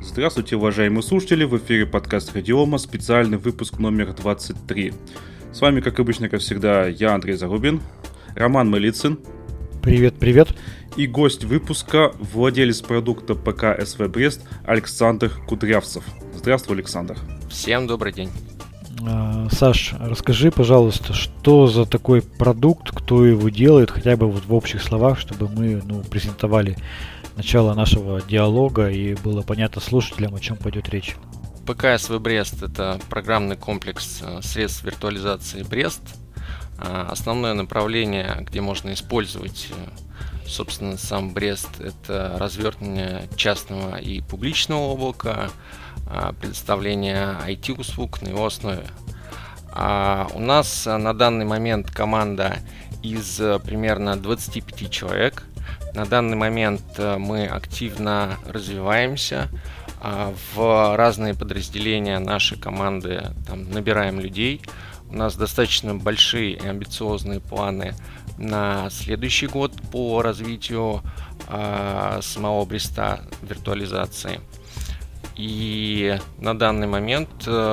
Здравствуйте, уважаемые слушатели, в эфире подкаст Радиома, специальный выпуск номер 23. С вами, как обычно, как всегда, я, Андрей Зарубин, Роман Малицын. Привет. И гость выпуска, владелец продукта ПК СВ Брест Александр Кудрявцев. Здравствуй, Александр. Всем добрый день. Саш, расскажи, пожалуйста, что за такой продукт, кто его делает, хотя бы вот в общих словах, чтобы мы презентовали начало нашего диалога и было понятно слушателям, о чем пойдет речь. ПК СВ Брест – это программный комплекс средств виртуализации Брест. Основное направление, где можно использовать, собственно, сам Брест, это развертывание частного и публичного облака, предоставление IT-услуг на его основе. У нас на данный момент команда из примерно 25 человек. На данный момент мы активно развиваемся. В разные подразделения нашей команды набираем людей. У нас достаточно большие и амбициозные планы на следующий год по развитию самого Бреста виртуализации. И на данный момент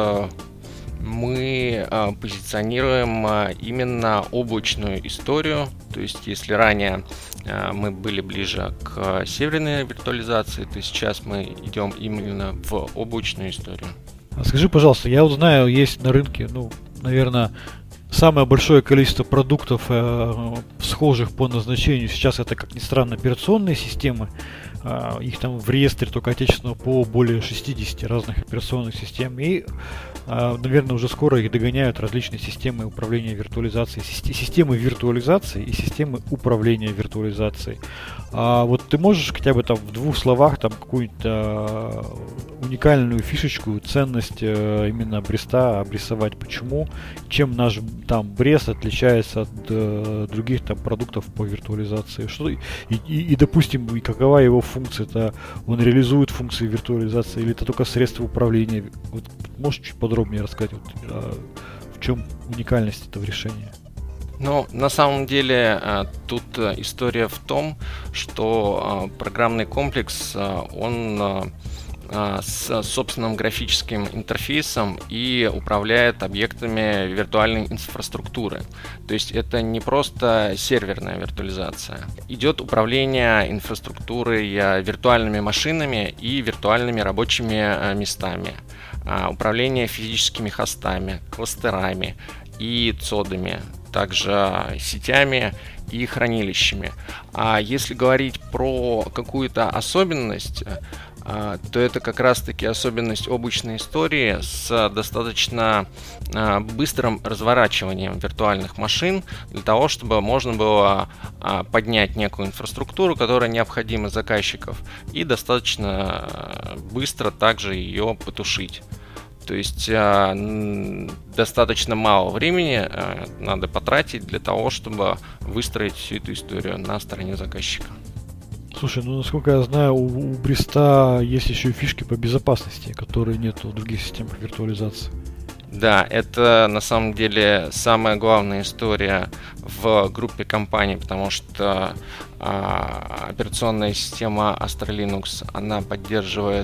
мы позиционируем именно облачную историю. То есть, если ранее мы были ближе к северной виртуализации, то сейчас мы идем именно в облачную историю. Скажи, пожалуйста, я вот знаю, есть на рынке, наверное, самое большое количество продуктов, схожих по назначению. Сейчас это, как ни странно, операционные системы. Их там в реестре только отечественного ПО более 60 разных операционных систем. И, наверное, уже скоро их догоняют различные системы управления виртуализацией, системы виртуализации и системы управления виртуализацией. Вот ты можешь хотя бы в двух словах какую-то уникальную фишечку, ценность именно Бреста обрисовать, почему, чем наш Брест отличается от других продуктов по виртуализации, и допустим, какова его функция, это он реализует функции виртуализации или это только средство управления? Вот, можешь чуть подробнее рассказать, в чем уникальность этого решения? На самом деле тут история в том, что программный комплекс, он с собственным графическим интерфейсом и управляет объектами виртуальной инфраструктуры. То есть это не просто серверная виртуализация. Идет управление инфраструктурой виртуальными машинами и виртуальными рабочими местами. Управление физическими хостами, кластерами и цодами, также сетями и хранилищами. А если говорить про какую-то особенность, то это как раз-таки особенность облачной истории с достаточно быстрым разворачиванием виртуальных машин для того, чтобы можно было поднять некую инфраструктуру, которая необходима заказчиков, и достаточно быстро также ее потушить. То есть достаточно мало времени надо потратить для того, чтобы выстроить всю эту историю на стороне заказчика. Слушай, насколько я знаю, у Бреста есть еще и фишки по безопасности, которые нет в других системах виртуализации. Да, это на самом деле самая главная история в группе компаний, потому что операционная система Astra Linux, она поддерживает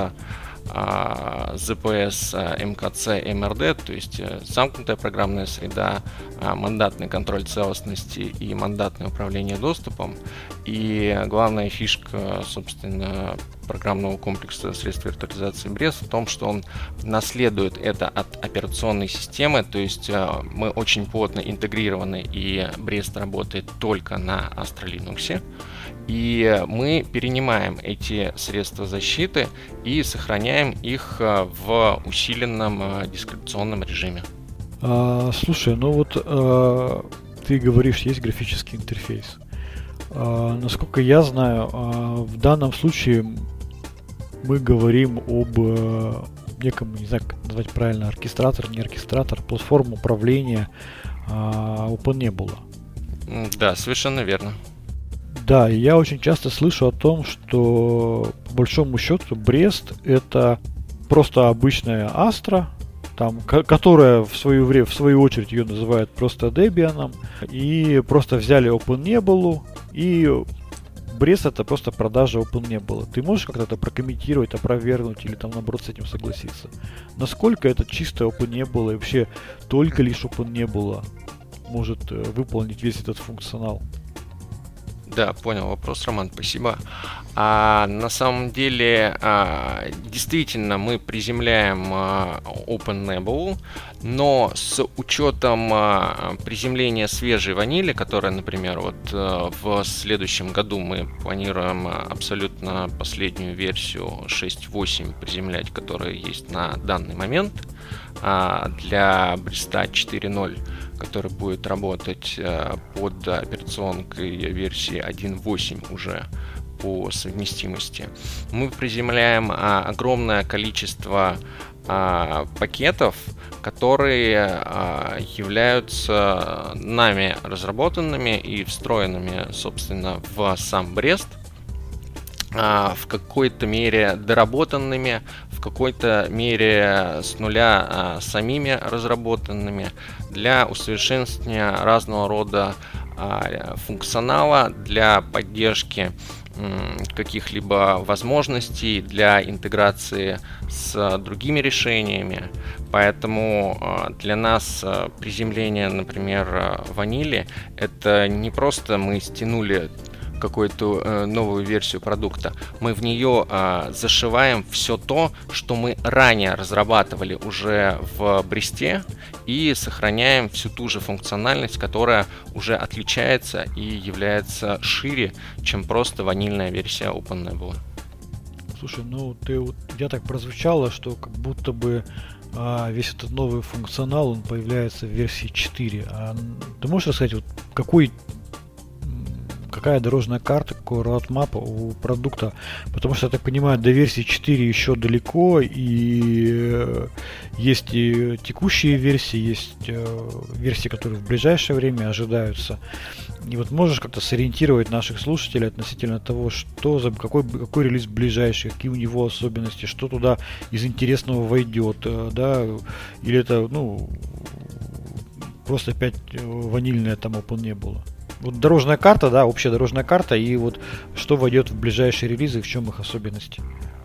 ЗПС, МКЦ, МРД, то есть замкнутая программная среда, мандатный контроль целостности и мандатное управление доступом. И главная фишка, собственно, программного комплекса средств виртуализации Брест в том, что он наследует это от операционной системы, то есть мы очень плотно интегрированы, и Брест работает только на Astra Linux. И мы перенимаем эти средства защиты и сохраняем их в усиленном дискретационном режиме. Слушай, ты говоришь, есть графический интерфейс. Насколько я знаю, в данном случае мы говорим об неком, не знаю, как назвать правильно, оркестратор, не оркестратор, платформа управления OpenNebula. Да, совершенно верно. Да, и я очень часто слышу о том, что по большому счету Брест это просто обычная Astra, которая в свою очередь ее называют просто Debian, и просто взяли OpenNebula и Брест это просто продажа Open не было. Ты можешь как-то это прокомментировать, опровергнуть или там наоборот с этим согласиться? Насколько это чисто Open не было и вообще только лишь Open не было может выполнить весь этот функционал? Да, понял вопрос, Роман, спасибо. На самом деле, действительно, мы приземляем OpenEnable, но с учетом приземления свежей ванили, которая, например, вот в следующем году мы планируем абсолютно последнюю версию 6.8 приземлять, которая есть на данный момент, для Бреста 4.0, который будет работать под операционкой версии 1.8 уже по совместимости. Мы приземляем огромное количество пакетов, которые являются нами разработанными и встроенными, собственно, в сам Брест, в какой-то мере доработанными, в какой-то мере с нуля самими разработанными для усовершенствования разного рода функционала, для поддержки каких-либо возможностей, для интеграции с другими решениями. Поэтому для нас приземление, например, ванили, это не просто мы стянули какую-то новую версию продукта, мы в нее зашиваем все то, что мы ранее разрабатывали уже в Бресте, и сохраняем всю ту же функциональность, которая уже отличается и является шире, чем просто ванильная версия OpenEnable. Слушай, ну я так прозвучало, что как будто бы весь этот новый функционал, он появляется в версии 4. Ты можешь рассказать, вот какая дорожная карта, какой roadmap у продукта? Потому что, я так понимаю, до версии 4 еще далеко, и есть и текущие версии, есть версии, которые в ближайшее время ожидаются. И вот можешь как-то сориентировать наших слушателей относительно того, что за какой релиз ближайший, какие у него особенности, что туда из интересного войдет, да, или это, просто опять ванильная там Open не было. Вот дорожная карта, да, общая дорожная карта, и вот что войдет в ближайшие релизы, в чем их особенности?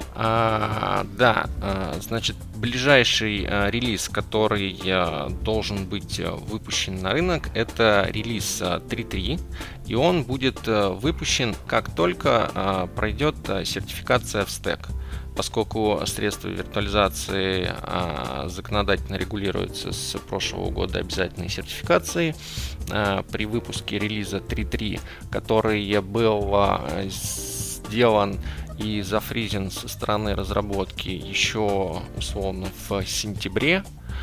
Значит, ближайший релиз, который должен быть выпущен на рынок, это релиз 3.3, и он будет выпущен, как только пройдет сертификация в стек. Поскольку средства виртуализации законодательно регулируются с прошлого года обязательной сертификацией, при выпуске релиза 3.3, который был сделан и зафризен со стороны разработки еще условно в сентябре,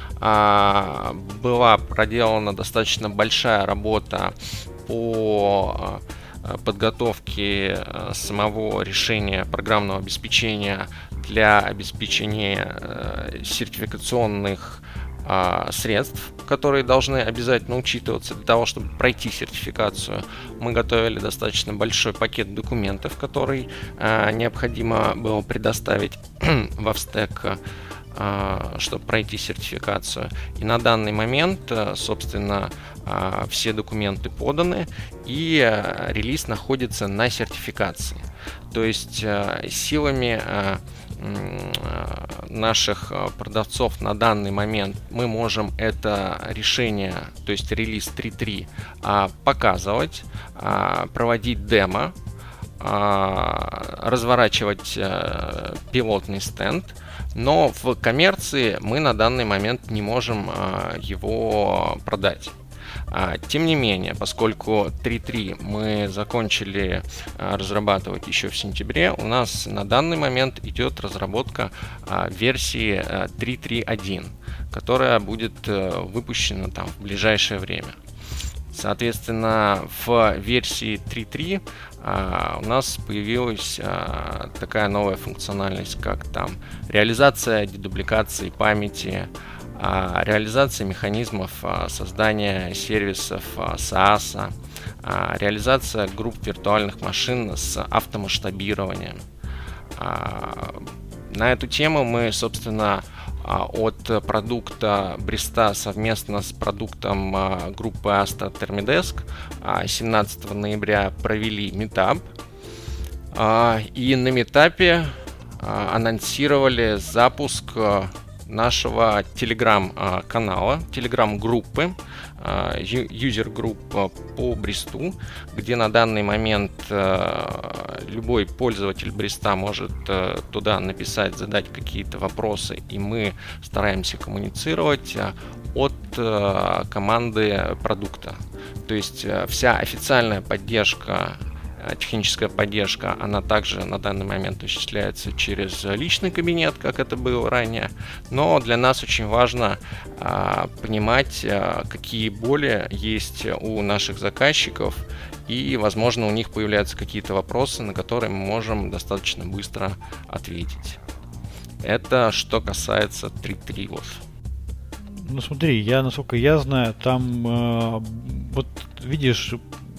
была проделана достаточно большая работа по подготовки самого решения программного обеспечения для обеспечения сертификационных средств, которые должны обязательно учитываться для того, чтобы пройти сертификацию. Мы готовили достаточно большой пакет документов, который необходимо было предоставить во встек, чтобы пройти сертификацию. И на данный момент, собственно, все документы поданы, и релиз находится на сертификации. То есть силами наших продавцов на данный момент мы можем это решение, то есть релиз 3.3, показывать, проводить демо, разворачивать пилотный стенд, но в коммерции мы на данный момент не можем его продать. Тем не менее, поскольку 3.3 мы закончили разрабатывать еще в сентябре, у нас на данный момент идет разработка версии 3.3.1, которая будет выпущена там в ближайшее время. Соответственно, в версии 3.3 у нас появилась такая новая функциональность, как там реализация дедубликации памяти, реализация механизмов создания сервисов SaaS, реализация групп виртуальных машин с автомасштабированием. На эту тему мы, собственно, от продукта Бреста совместно с продуктом группы Astra Thermidesk 17 ноября провели митап. И на митапе анонсировали запуск нашего телеграм-канала, телеграм-группы, юзер-группа по Бресту, где на данный момент любой пользователь Бреста может туда написать, задать какие-то вопросы, и мы стараемся коммуницировать от команды продукта. То есть вся официальная поддержка, техническая поддержка, она также на данный момент осуществляется через личный кабинет, как это было ранее. Но для нас очень важно понимать, какие боли есть у наших заказчиков, и, возможно, у них появляются какие-то вопросы, на которые мы можем достаточно быстро ответить. Это что касается Tree. Ну смотри, насколько я знаю, там вот видишь,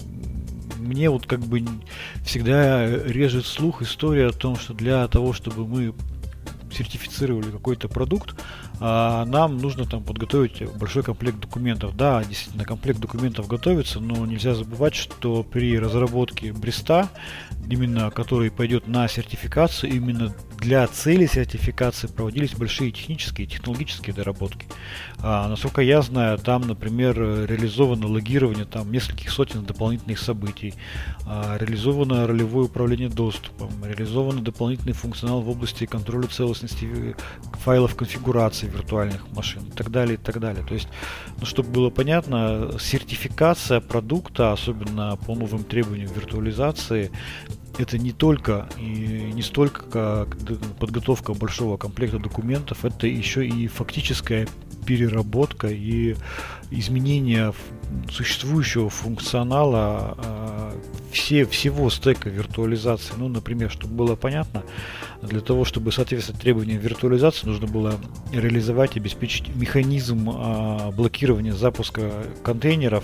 мне вот как бы всегда режет слух история о том, что для того, чтобы мы сертифицировали какой-то продукт, нам нужно там подготовить большой комплект документов. Да, действительно, комплект документов готовится, но нельзя забывать, что при разработке Бреста, именно который пойдет на сертификацию, именно для цели сертификации проводились большие технические и технологические доработки. Насколько я знаю, там, например, реализовано логирование там нескольких сотен дополнительных событий, реализовано ролевое управление доступом, реализован дополнительный функционал в области контроля целостности файлов конфигурации виртуальных машин и так далее, и так далее. То есть, чтобы было понятно, сертификация продукта, особенно по новым требованиям виртуализации, это не только и не столько как подготовка большого комплекта документов, это еще и фактическая переработка и изменение существующего функционала всего стека виртуализации. Ну, например, чтобы было понятно, для того, чтобы соответствовать требованиям виртуализации, нужно было реализовать и обеспечить механизм блокирования запуска контейнеров,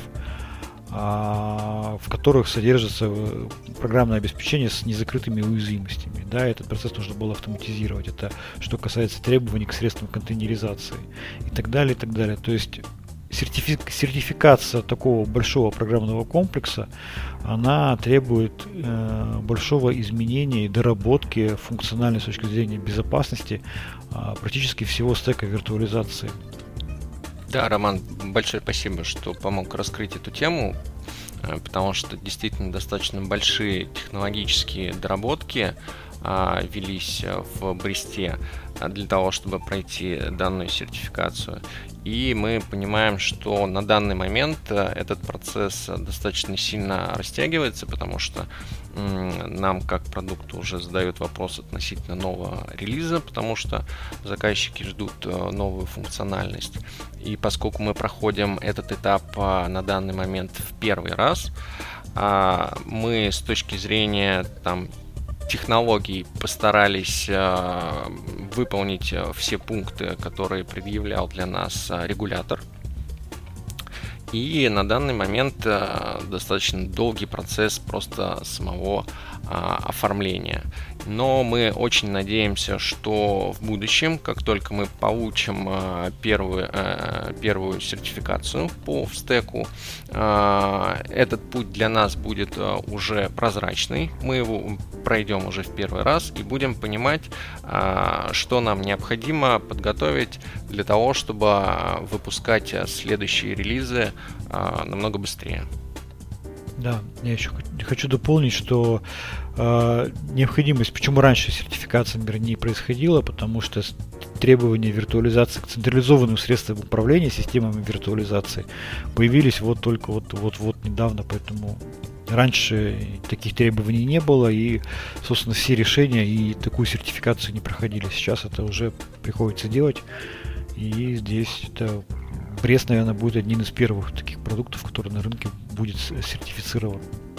в которых содержится программное обеспечение с незакрытыми уязвимостями. Да, этот процесс нужно было автоматизировать. Это что касается требований к средствам контейнеризации и так далее, и так далее. То есть сертификация такого большого программного комплекса, она требует большого изменения и доработки функциональной с точки зрения безопасности практически всего стека виртуализации. Да, Роман, большое спасибо, что помог раскрыть эту тему, потому что действительно достаточно большие технологические доработки велись в Бресте для того, чтобы пройти данную сертификацию. И мы понимаем, что на данный момент этот процесс достаточно сильно растягивается, потому что нам как продукту уже задают вопрос относительно нового релиза, потому что заказчики ждут новую функциональность. И поскольку мы проходим этот этап на данный момент в первый раз, мы с точки зрения технологий постарались выполнить все пункты, которые предъявлял для нас регулятор. И на данный момент достаточно долгий процесс просто самого оформления. Но мы очень надеемся, что в будущем, как только мы получим первую сертификацию по стеку, этот путь для нас будет уже прозрачный. Мы его пройдем уже в первый раз и будем понимать, что нам необходимо подготовить для того, чтобы выпускать следующие релизы намного быстрее. Да, я еще хочу дополнить, что необходимость, почему раньше сертификация, например, не происходила, потому что требования виртуализации к централизованным средствам управления системами виртуализации появились только недавно, поэтому раньше таких требований не было, и, собственно, все решения и такую сертификацию не проходили. Сейчас это уже приходится делать, и здесь Брест, наверное, будет одним из первых таких продуктов, который на рынке будет сертифицирован.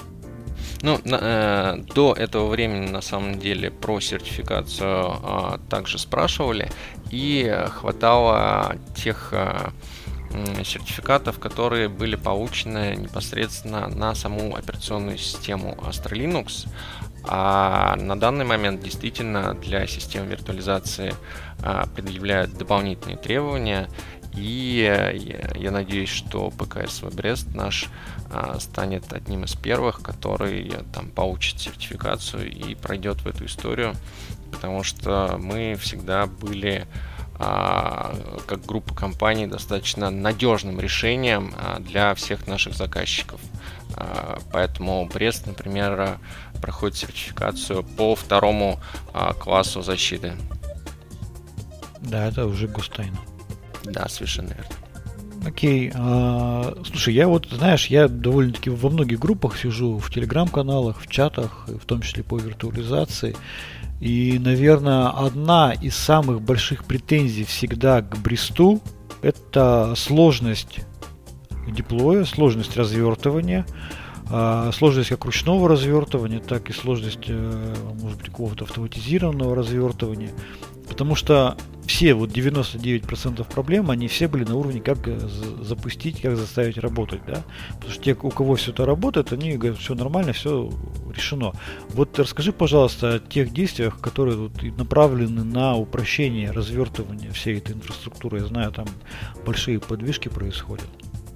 До этого времени, на самом деле, про сертификацию также спрашивали, и хватало тех сертификатов, которые были получены непосредственно на саму операционную систему Astra Linux. А на данный момент действительно для систем виртуализации предъявляют дополнительные требования. И я надеюсь, что ПКСВ Брест наш станет одним из первых, который там получит сертификацию и пройдет в эту историю, потому что мы всегда были как группа компаний достаточно надежным решением для всех наших заказчиков. Поэтому Брест, например, проходит сертификацию по 2 классу защиты. Да, это уже гостайна. Да, совершенно верно. Окей. Слушай, я вот, знаешь, я довольно-таки во многих группах сижу, в телеграм-каналах, в чатах, в том числе по виртуализации. И, наверное, одна из самых больших претензий всегда к Бресту – это сложность деплоя, сложность развертывания, сложность как ручного развертывания, так и сложность, может быть, какого-то автоматизированного развертывания. Потому что все, вот 99% проблем, они все были на уровне, как запустить, как заставить работать, да. Потому что те, у кого все это работает, они говорят, все нормально, все решено. Вот расскажи, пожалуйста, о тех действиях, которые вот направлены на упрощение развертывания всей этой инфраструктуры. Я знаю, там большие подвижки происходят.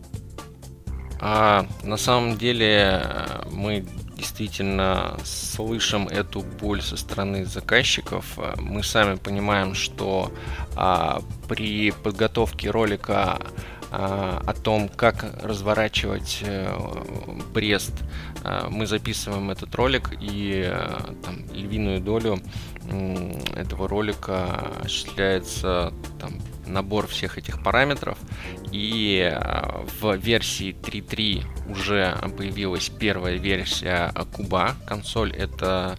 На самом деле мы действительно слышим эту боль со стороны заказчиков. Мы сами понимаем, что при подготовке ролика о том, как разворачивать Брест, мы записываем этот ролик, и там львиную долю этого ролика осуществляется там набор всех этих параметров. И в версии 3.3 уже появилась первая версия куба. Консоль это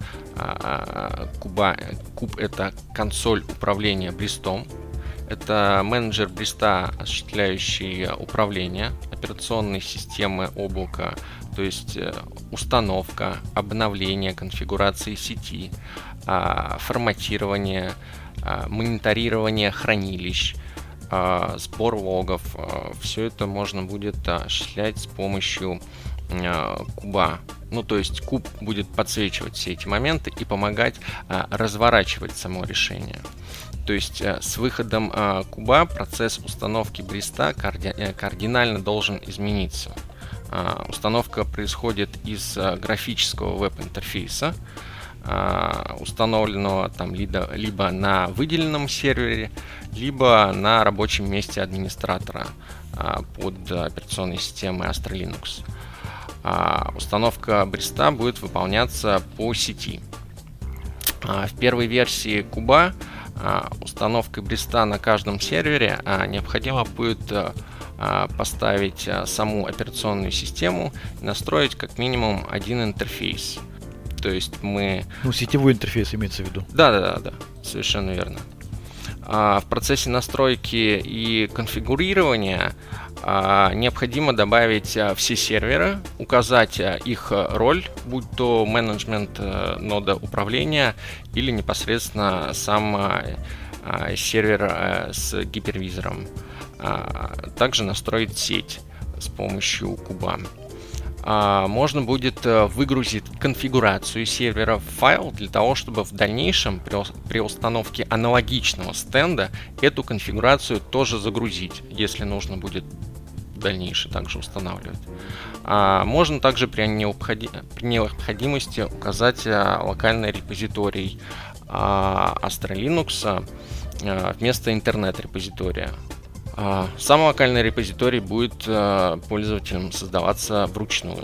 куб это консоль управления Брестом. Это менеджер Бреста, осуществляющий управление операционной системы облака, то есть установка, обновление конфигурации сети, форматирование, мониторирование хранилищ, сбор логов. Все это можно будет осуществлять с помощью куба. Ну, то есть куб будет подсвечивать все эти моменты и помогать разворачивать само решение. То есть с выходом куба процесс установки Бреста кардинально должен измениться. Установка происходит из графического веб-интерфейса, установленного там либо на выделенном сервере, либо на рабочем месте администратора под операционной системой Astra Linux. Установка Бреста будет выполняться по сети. В первой версии куба установкой Бреста на каждом сервере необходимо будет поставить саму операционную систему и настроить как минимум один интерфейс. То есть мы... Ну, сетевой интерфейс имеется в виду. Да, совершенно верно. В процессе настройки и конфигурирования необходимо добавить все серверы, указать их роль, будь то менеджмент нода управления или непосредственно сам сервер с гипервизором. Также настроить сеть с помощью куба. Можно будет выгрузить конфигурацию сервера в файл для того, чтобы в дальнейшем при установке аналогичного стенда эту конфигурацию тоже загрузить, если нужно будет в дальнейшем также устанавливать. Можно также при необходимости указать локальный репозиторий Astra Linux вместо интернет-репозитория. Сам локальный репозиторий будет пользователям создаваться вручную.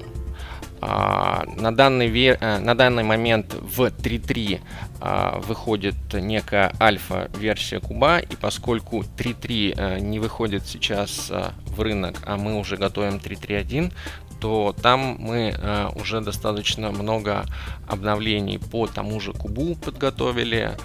На данный момент в 3.3 выходит некая альфа-версия куба, и поскольку 3.3 не выходит сейчас в рынок, а мы уже готовим 3.3.1, то там мы уже достаточно много обновлений по тому же кубу подготовили,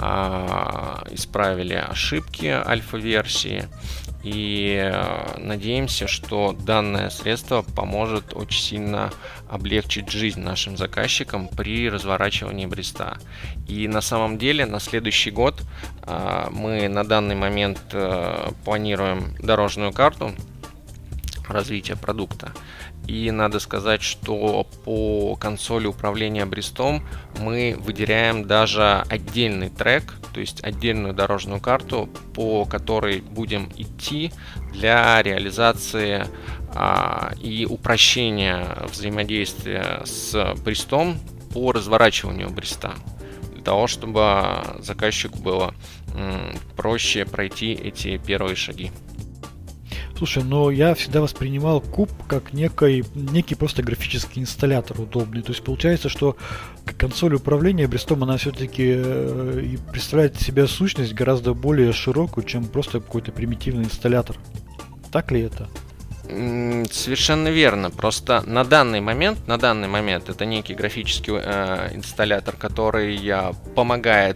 исправили ошибки альфа-версии, и надеемся, что данное средство поможет очень сильно облегчить жизнь нашим заказчикам при разворачивании Бреста. И на самом деле на следующий год мы на данный момент планируем дорожную карту развития продукта. И надо сказать, что по консоли управления Брестом мы выделяем даже отдельный трек, то есть отдельную дорожную карту, по которой будем идти для реализации и упрощения взаимодействия с Брестом по разворачиванию Бреста, для того, чтобы заказчику было проще пройти эти первые шаги. Слушай, но я всегда воспринимал куб как некий просто графический инсталлятор удобный. То есть получается, что консоль управления Брестом, она все-таки представляет из себя сущность гораздо более широкую, чем просто какой-то примитивный инсталлятор. Так ли это? Совершенно верно. Просто на данный момент это некий графический инсталлятор, который помогает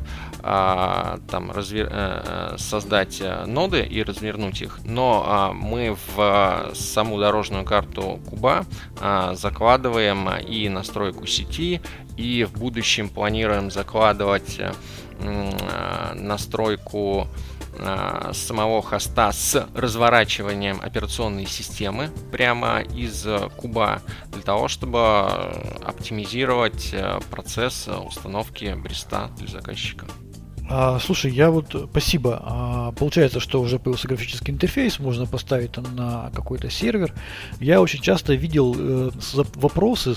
создать ноды и развернуть их, но мы в саму дорожную карту куба закладываем и настройку сети, и в будущем планируем закладывать настройку самого хоста с разворачиванием операционной системы прямо из куба, для того, чтобы оптимизировать процесс установки Бреста для заказчика. Слушай, спасибо. Получается, что уже появился графический интерфейс, можно поставить там на какой-то сервер. Я очень часто видел вопросы,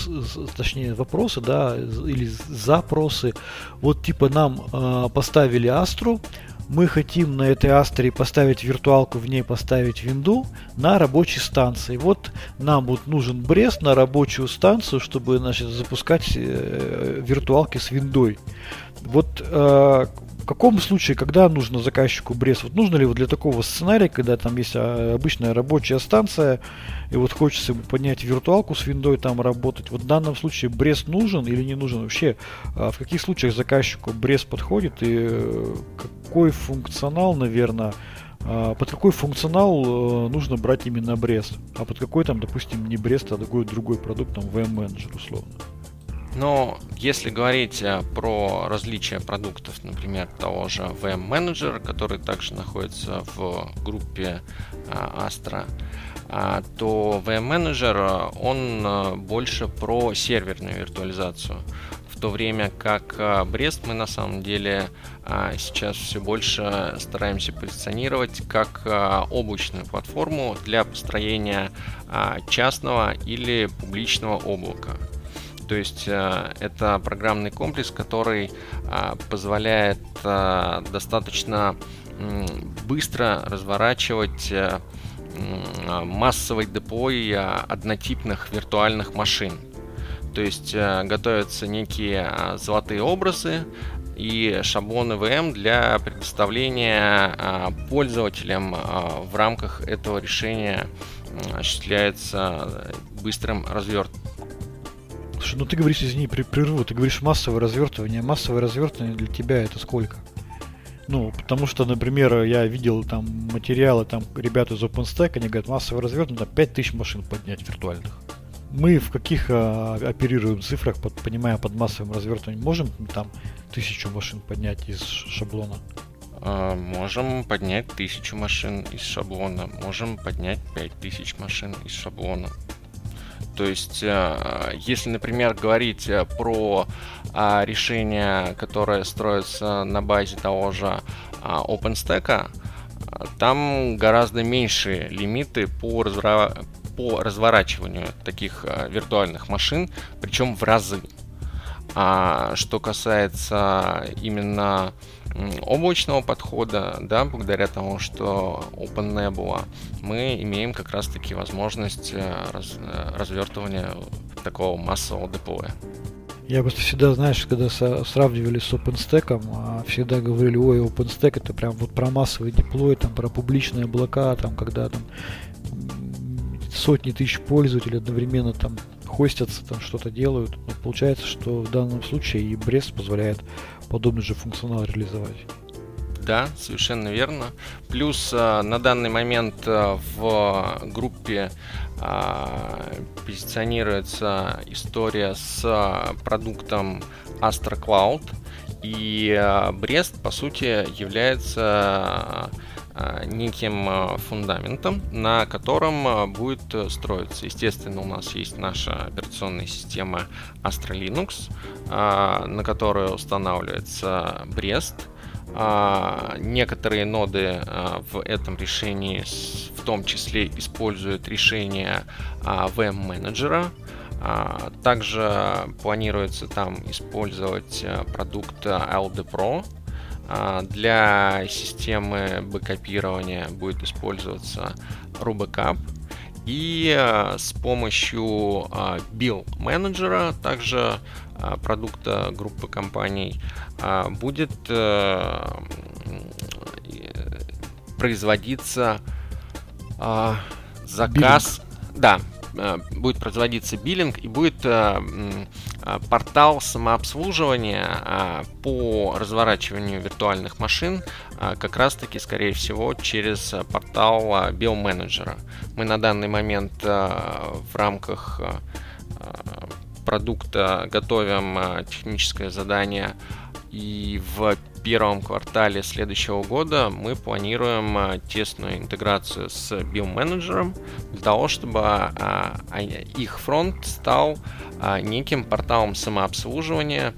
да, или запросы. Вот типа нам поставили Астру, мы хотим на этой Астре поставить виртуалку, в ней поставить винду на рабочей станции. Вот нам нужен Брест на рабочую станцию, чтобы, значит, запускать виртуалки с виндой. Вот в каком случае, когда нужно заказчику Брест? Вот нужно ли для такого сценария, когда там есть обычная рабочая станция, и вот хочется поднять виртуалку с виндой, там работать. Вот в данном случае Брест нужен или не нужен? Вообще, в каких случаях заказчику Брест подходит и какой функционал, наверное, под какой функционал нужно брать именно Брест? А под какой там, допустим, не Брест, а другой продукт, там VM Manager условно? Но если говорить про различия продуктов, например, того же VM Manager, который также находится в группе Astra, то VM Manager, он больше про серверную виртуализацию. В то время как Брест мы на самом деле сейчас все больше стараемся позиционировать как облачную платформу для построения частного или публичного облака. То есть это программный комплекс, который позволяет достаточно быстро разворачивать массовый деплой однотипных виртуальных машин. То есть готовятся некие золотые образы и шаблоны VM для предоставления пользователям в рамках этого решения осуществляется быстрым развертыванием. Слушай, ты говоришь, извини, прерву, ты говоришь массовое развертывание. Массовое развертывание для тебя это сколько? Потому что, например, я видел там материалы, там ребята из OpenStack, они говорят, массовое развертывание, 5000 машин поднять виртуальных. Мы в каких оперируем цифрах, понимая под массовым развертыванием? Можем там 1000 машин поднять из шаблона? Можем поднять 1000 машин из шаблона, можем поднять 5000 машин из шаблона. То есть, если, например, говорить про решение, которое строится на базе того же OpenStack, там гораздо меньшие лимиты по разворачиванию таких виртуальных машин, причем в разы. А что касается именно облачного подхода, да, благодаря тому, что OpenNebula, мы имеем как раз-таки возможность развертывания такого массового деплоя. Я просто всегда, знаешь, когда сравнивали с OpenStack, всегда говорили, ой, OpenStack это прям вот про массовый деплой, там, про публичные облака, там, когда там сотни тысяч пользователей одновременно там хостятся, там что-то делают. Но получается, что в данном случае и Брест позволяет подобный же функционал реализовать. Да, совершенно верно. Плюс на данный момент в группе позиционируется история с продуктом Astra Cloud. И Брест, по сути, является неким фундаментом, на котором будет строиться. Естественно, у нас есть наша операционная система Astra Linux, на которую устанавливается Breast. Некоторые ноды в этом решении в том числе используют решение VM-менеджера. Также планируется там использовать продукт ALD Pro. Для системы бэкапирования будет использоваться RubyCap. И с помощью Bill менеджера, также продукта группы компаний, будет производиться заказ. Да, будет производиться биллинг и будет портал самообслуживания по разворачиванию виртуальных машин, как раз таки, скорее всего, через портал Bill менеджера. Мы на данный момент в рамках продукта готовим техническое задание, и в первом квартале следующего года мы планируем тесную интеграцию с Bill менеджером для того, чтобы их фронт стал неким порталом самообслуживания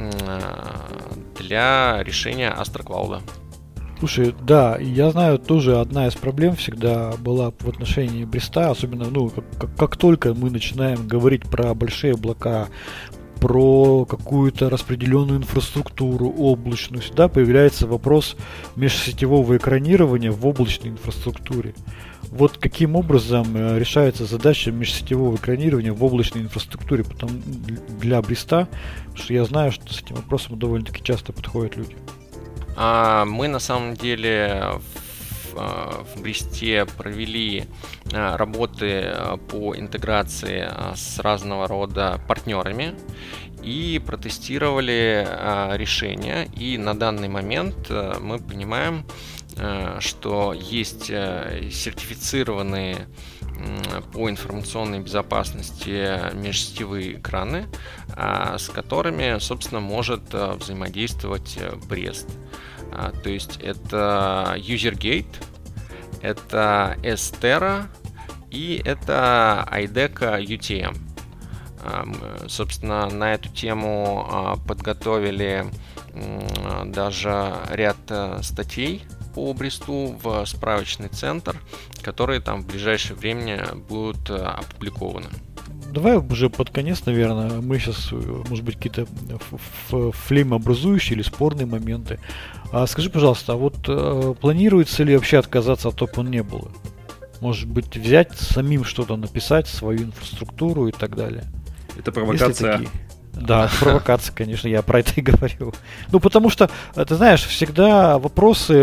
для решения Astra Cloud. Слушай, да, я знаю, тоже одна из проблем всегда была в отношении Бреста, особенно, как только мы начинаем говорить про большие облака, про какую-то распределенную инфраструктуру облачную, всегда появляется вопрос межсетевого экранирования в облачной инфраструктуре. Вот каким образом решается задача межсетевого экранирования в облачной инфраструктуре для Бреста, потому что я знаю, что с этим вопросом довольно-таки часто подходят люди. Мы на самом деле в Бресте провели работы по интеграции с разного рода партнерами и протестировали решения. И на данный момент мы понимаем, что есть сертифицированные по информационной безопасности межсетевые экраны, с которыми, собственно, может взаимодействовать Брест. То есть это UserGate, это S-Terra и это IDECA UTM. Собственно, на эту тему подготовили даже ряд статей по Бресту в справочный центр, которые там в ближайшее время будут опубликованы. Давай уже под конец, наверное, мы сейчас, может быть, какие-то флеймообразующие или спорные моменты. Скажи, пожалуйста, а вот планируется ли вообще отказаться от OpenNebula? Может быть, взять самим что-то написать, свою инфраструктуру и так далее? Это провокация. Да, провокация, конечно, я про это и говорю. Потому что, ты знаешь, всегда вопросы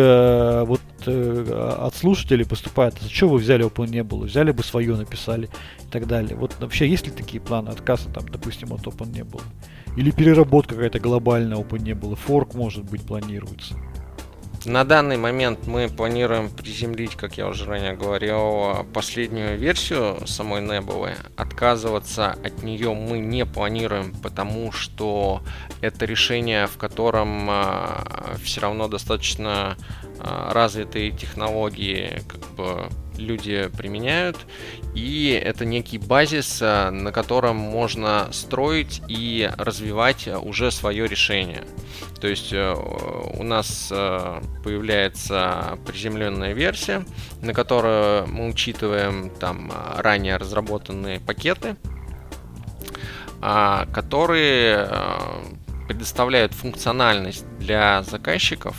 от слушателей поступают: а что вы взяли OpenNebula? Взяли бы свое, написали и так далее. Вот вообще есть ли такие планы отказа, допустим, от OpenNebula? Или переработка какая-то глобальная OpenNebula? Форк, может быть, планируется? На данный момент мы планируем приземлить, как я уже ранее говорил, последнюю версию самой Nebula. Отказываться от нее мы не планируем, потому что это решение, в котором все равно достаточно развитые технологии люди применяют, и это некий базис, на котором можно строить и развивать уже свое решение. То есть у нас появляется приземленная версия, на которую мы учитываем там ранее разработанные пакеты, которые предоставляют функциональность для заказчиков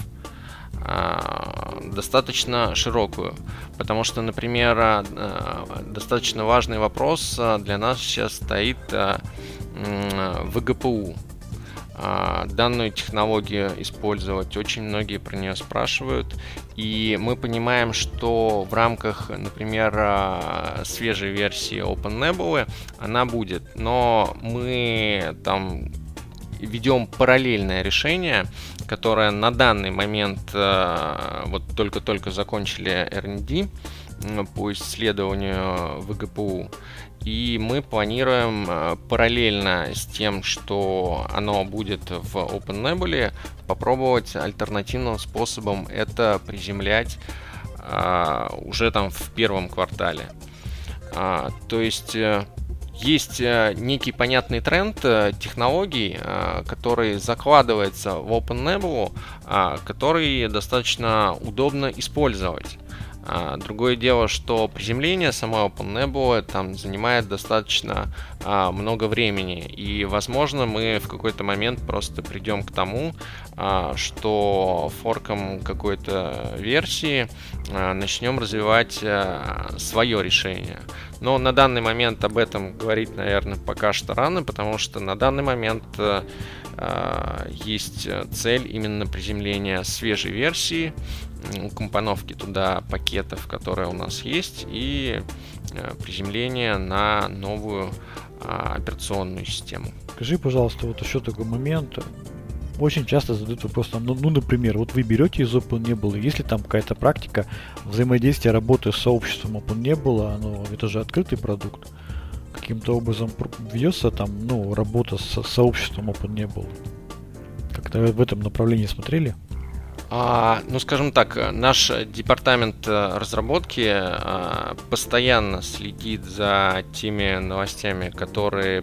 достаточно широкую. Потому что, например, достаточно важный вопрос для нас сейчас стоит в ГПУ. Данную технологию использовать очень многие про нее спрашивают, и мы понимаем, что в рамках, например, свежей версии OpenNebula она будет, но мы там ведем параллельное решение, которое на данный момент вот только-только закончили R&D по исследованию в ГПУ. И мы планируем параллельно с тем, что оно будет в OpenNebula, попробовать альтернативным способом это приземлять уже там в первом квартале. То есть есть некий понятный тренд технологий, который закладывается в OpenNebula, который достаточно удобно использовать. Другое дело, что приземление самой OpenNebula там занимает достаточно много времени, и, возможно, мы в какой-то момент просто придем к тому, что форком какой-то версии начнем развивать свое решение. Но на данный момент об этом говорить, наверное, пока что рано, потому что на данный момент есть цель именно приземления свежей версии, компоновки туда пакетов, которые у нас есть, и приземление на новую операционную систему. Скажи, пожалуйста, вот еще такой момент. Очень часто задают вопрос, там, например, вот вы берете из OpenNebula, есть ли там какая-то практика взаимодействия, работы с сообществом OpenNebula, это же открытый продукт, каким-то образом ведется там, работа с сообществом OpenNebula? Как-то в этом направлении смотрели? Скажем так, наш департамент разработки постоянно следит за теми новостями, которые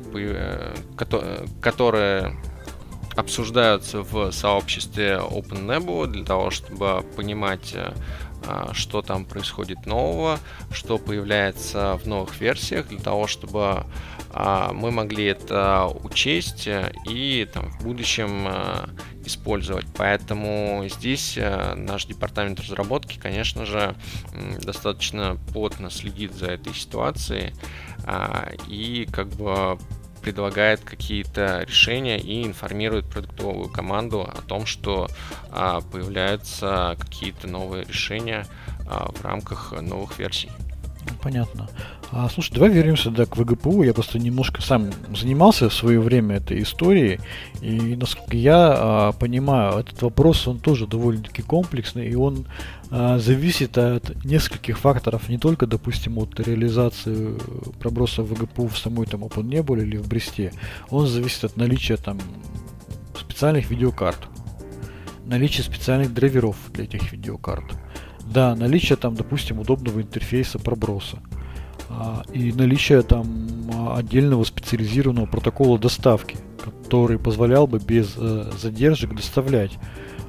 обсуждаются в сообществе OpenNebula, для того, чтобы понимать, что там происходит нового, что появляется в новых версиях, для того, чтобы мы могли это учесть и в будущем использовать. Поэтому здесь наш департамент разработки, конечно же, достаточно плотно следит за этой ситуацией и предлагает какие-то решения и информирует продуктовую команду о том, что появляются какие-то новые решения в рамках новых версий. Понятно. Слушай, давай вернемся к ВГПУ. Я просто немножко сам занимался в свое время этой историей. И, насколько я понимаю, этот вопрос, он тоже довольно-таки комплексный. И он зависит от нескольких факторов. Не только, допустим, от реализации проброса ВГПУ в самой OpenNebula или в Бресте. Он зависит от наличия специальных видеокарт. Наличия специальных драйверов для этих видеокарт. Да, наличие допустим, удобного интерфейса проброса. И наличие отдельного специализированного протокола доставки, который позволял бы без задержек доставлять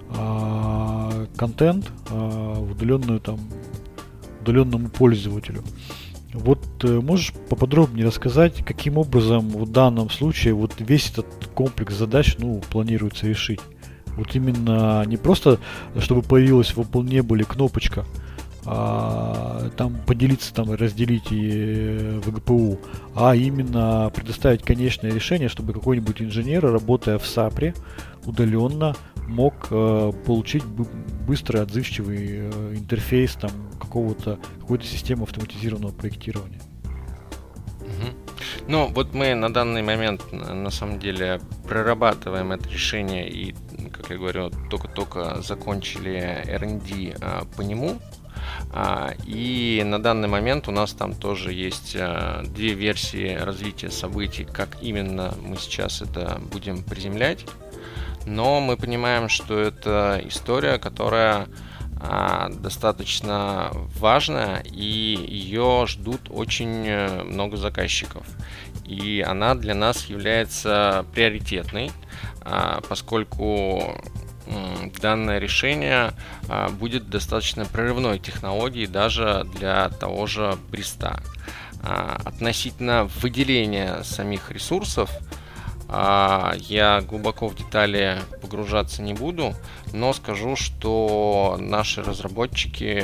контент удаленному пользователю. Вот можешь поподробнее рассказать, каким образом в данном случае весь этот комплекс задач планируется решить? Вот именно не просто, чтобы появилась в OpenNebula кнопочка, поделиться и разделить ВГПУ, а именно предоставить конечное решение, чтобы какой-нибудь инженер, работая в САПре, удаленно мог получить быстрый, отзывчивый интерфейс какой-то системы автоматизированного проектирования. Мы на данный момент на самом деле прорабатываем это решение и, как я говорю, только закончили R&D по нему. И на данный момент у нас там тоже есть две версии развития событий, как именно мы сейчас это будем приземлять. Но мы понимаем, что это история, которая достаточно важная, и ее ждут очень много заказчиков. И она для нас является приоритетной, поскольку данное решение будет достаточно прорывной технологией даже для того же Бреста. Относительно выделения самих ресурсов, я глубоко в детали погружаться не буду, но скажу, что наши разработчики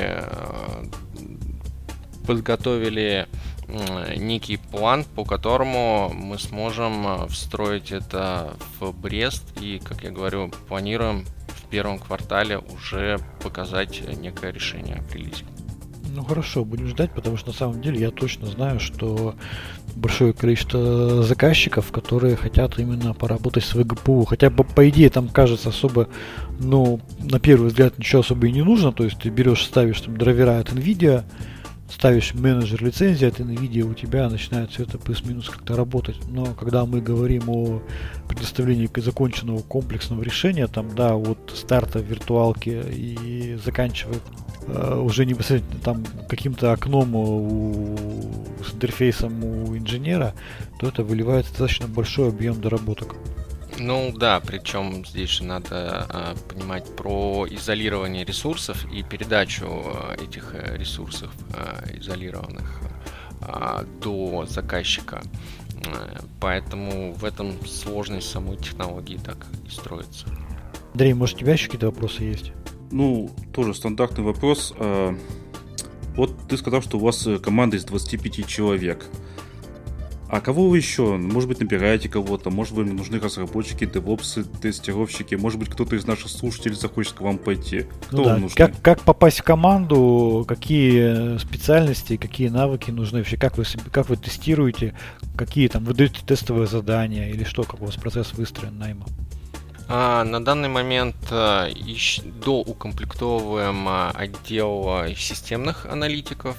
подготовили некий план, по которому мы сможем встроить это в Брест, и, как я говорю, планируем в первом квартале уже показать некое решение в релизе. Хорошо, будем ждать, потому что на самом деле я точно знаю, что большое количество заказчиков, которые хотят именно поработать с ВГПУ. Хотя по идее там кажется особо, на первый взгляд ничего особо и не нужно. То есть ты берешь, ставишь драйвера от NVIDIA, ставишь менеджер лицензии от NVIDIA, у тебя начинает все это плюс-минус как-то работать. Но когда мы говорим о предоставлении законченного комплексного решения, от старта виртуалки и заканчивая уже непосредственно там каким-то окном с интерфейсом у инженера, то это выливает достаточно большой объем доработок. Ну да, причем здесь же надо понимать про изолирование ресурсов и передачу этих ресурсов изолированных до заказчика. Поэтому в этом сложность самой технологии так и строится. Андрей, может, у тебя еще какие-то вопросы есть? Ну, тоже стандартный вопрос. Вот ты сказал, что у вас команда из 25 человек. А кого вы еще? Может быть, набираете кого-то? Может быть, нужны разработчики, девопсы, тестировщики? Может быть, кто-то из наших слушателей захочет к вам пойти? Кто вам нужен? Как попасть в команду? Какие специальности, какие навыки нужны? Вообще, как вы тестируете? Какие там вы даете тестовые задания? Или что? Как у вас процесс выстроен найма? На данный момент доукомплектовываем отдел системных аналитиков,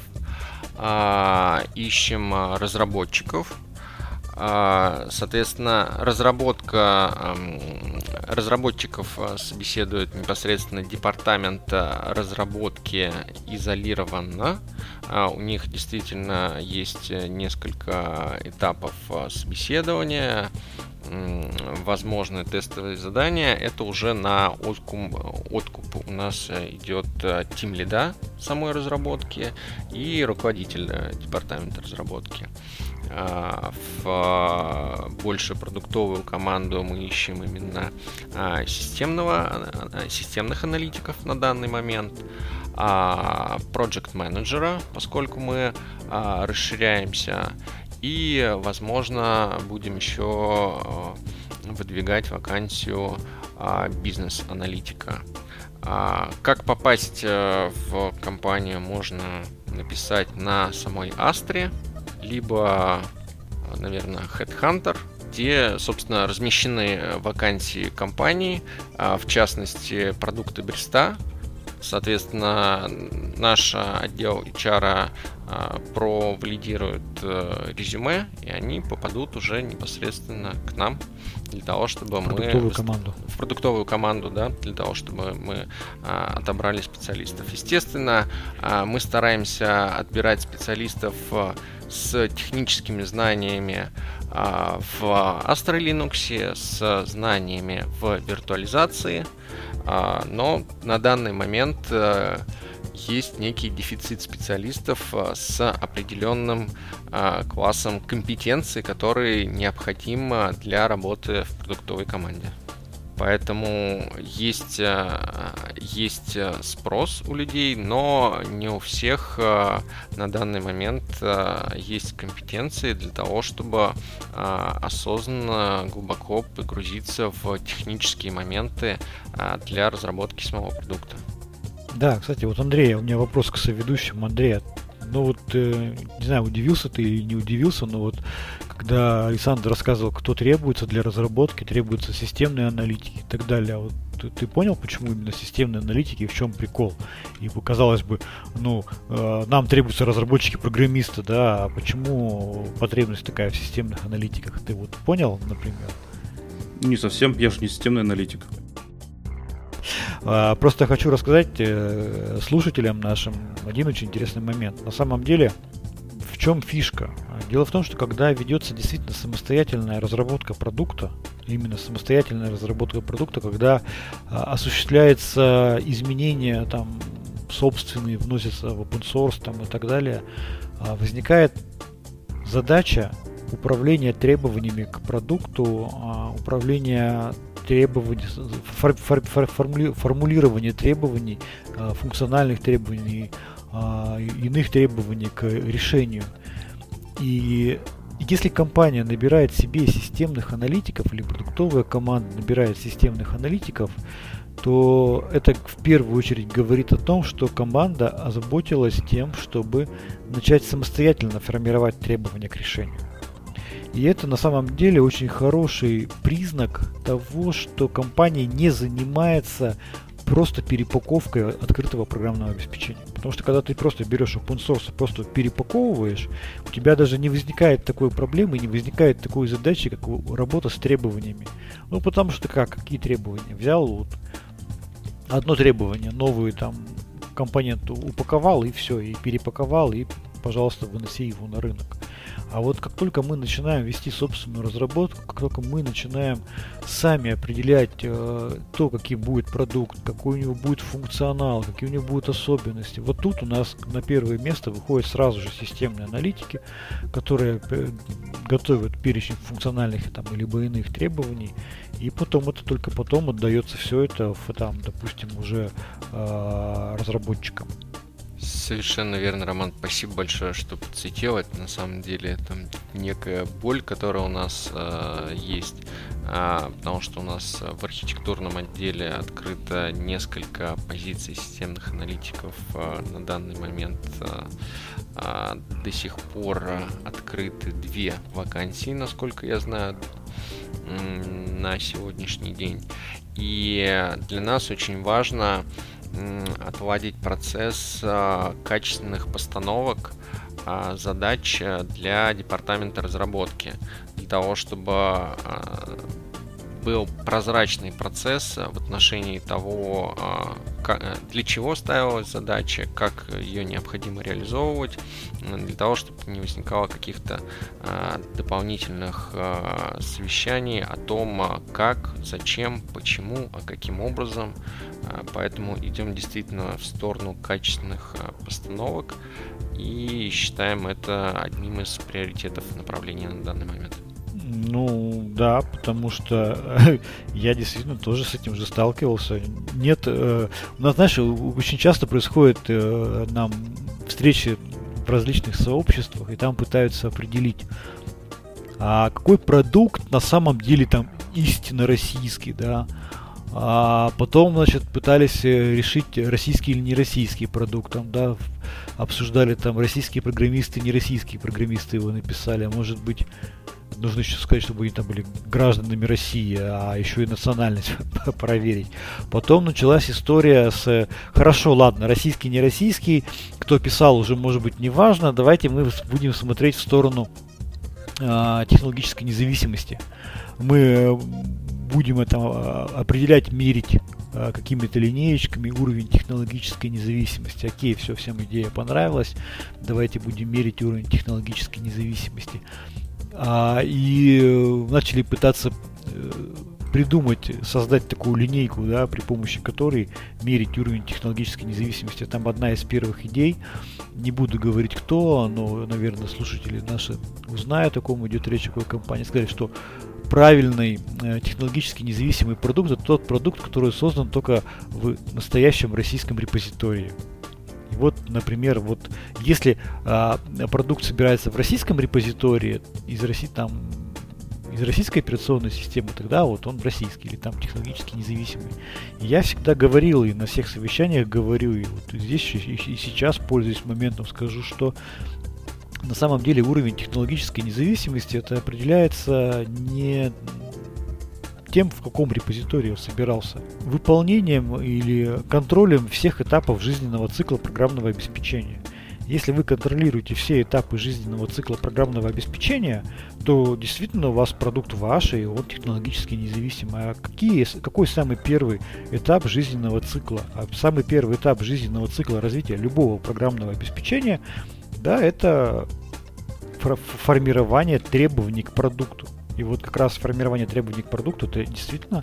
ищем разработчиков. Соответственно, разработчиков собеседует непосредственно департамент разработки изолированно. У них действительно есть несколько этапов собеседования, возможные тестовые задания. Это уже на откуп у нас идет тимлида самой разработки и руководитель департамента разработки. В больше продуктовую команду мы ищем именно системных аналитиков на данный момент, project менеджера, поскольку мы расширяемся, и, возможно, будем еще выдвигать вакансию бизнес-аналитика. Как попасть в компанию, можно написать на самой Астре, либо, наверное, Headhunter, где, собственно, размещены вакансии компании, в частности, продукты Бреста. Соответственно, наш отдел HR провалидирует резюме, и они попадут уже непосредственно к нам для того, чтобы в продуктовую команду, да, для того, чтобы мы отобрали специалистов. Естественно, мы стараемся отбирать специалистов с техническими знаниями в Astra Linux, с знаниями в виртуализации, но на данный момент есть некий дефицит специалистов с определенным классом компетенций, который необходим для работы в продуктовой команде. Поэтому есть спрос у людей, но не у всех на данный момент есть компетенции для того, чтобы осознанно, глубоко погрузиться в технические моменты для разработки самого продукта. Да, кстати, вот Андрей, у меня вопрос к соведущему. Андрей, ну вот, не знаю, удивился ты или не удивился, но вот когда Александр рассказывал, кто требуется для разработки, требуются системные аналитики и так далее, вот ты понял, почему именно системные аналитики и в чем прикол? И казалось бы, нам требуются разработчики-программисты, да, а почему потребность такая в системных аналитиках? Ты вот понял, например? Не совсем, я же не системный аналитик. Просто хочу рассказать слушателям нашим один очень интересный момент. На самом деле, в чем фишка? Дело в том, что когда ведется действительно самостоятельная разработка продукта, именно самостоятельная разработка продукта, когда осуществляется изменения там собственные, вносятся в open source там, и так далее, возникает задача управления требованиями к продукту, управления формулирование требований, функциональных требований, иных требований к решению. И если компания набирает себе системных аналитиков или продуктовая команда набирает системных аналитиков, то это в первую очередь говорит о том, что команда озаботилась тем, чтобы начать самостоятельно формировать требования к решению. И это на самом деле очень хороший признак того, что компания не занимается просто перепаковкой открытого программного обеспечения. Потому что когда ты просто берешь open source, просто перепаковываешь, у тебя даже не возникает такой проблемы, не возникает такой задачи, как работа с требованиями. Потому что какие требования? Взял вот одно требование, новый там компонент упаковал и все, и перепаковал, и, пожалуйста, выноси его на рынок. А вот как только мы начинаем вести собственную разработку, как только мы начинаем сами определять то, каким будет продукт, какой у него будет функционал, какие у него будут особенности, вот тут у нас на первое место выходят сразу же системные аналитики, которые готовят перечень функциональных там, либо иных требований, и потом это только потом отдается все это в, там, допустим, уже разработчикам. Совершенно верно, Роман. Спасибо большое, что подсветил. Это на самом деле это некая боль, которая у нас есть, потому что у нас в архитектурном отделе открыто несколько позиций системных аналитиков. На данный момент до сих пор открыты 2 вакансии, насколько я знаю, на сегодняшний день. И для нас очень важно отладить процесс качественных постановок задач для департамента разработки, для того, чтобы был прозрачный процесс в отношении того, для чего ставилась задача, как ее необходимо реализовывать, для того, чтобы не возникало каких-то дополнительных совещаний о том, как, зачем, почему, а каким образом. Поэтому идем действительно в сторону качественных постановок и считаем это одним из приоритетов направления на данный момент. Ну, да, потому что я действительно тоже с этим же сталкивался. Нет, у нас, знаешь, очень часто происходит нам встречи в различных сообществах, и там пытаются определить, а какой продукт на самом деле там истинно российский, да. А потом, значит, пытались решить, российский или не российский продукт, там, да, обсуждали там российские программисты, не российские программисты его написали, а может быть, нужно еще сказать, чтобы они там были гражданами России, а еще и национальность проверить. Потом началась история с, хорошо, ладно, российский, не российский, кто писал, уже может быть не важно, давайте мы будем смотреть в сторону технологической независимости. Мы будем это определять, мерить какими-то линеечками уровень технологической независимости. Окей, все, всем идея понравилась, давайте будем мерить уровень технологической независимости. И начали пытаться придумать, создать такую линейку, да, при помощи которой мерить уровень технологической независимости. Там одна из первых идей, не буду говорить кто, но, наверное, слушатели наши узнают, о ком идет речь, о какой компании. Сказали, что правильный технологически независимый продукт — это тот продукт, который создан только в настоящем российском репозитории. И вот, например, вот если продукт собирается в российском репозитории из России, там, из российской операционной системы, тогда вот он российский или там технологически независимый. И я всегда говорил, и на всех совещаниях говорю, и вот здесь и сейчас, пользуясь моментом, скажу, что на самом деле уровень технологической независимости это определяется не тем, в каком репозитории он собирался, выполнением или контролем всех этапов жизненного цикла программного обеспечения. Если вы контролируете все этапы жизненного цикла программного обеспечения, то действительно у вас продукт ваш, и он технологически независимый. А какой самый первый этап жизненного цикла? А самый первый этап жизненного цикла развития любого программного обеспечения, да, это формирование требований к продукту. И вот как раз формирование требований к продукту — это действительно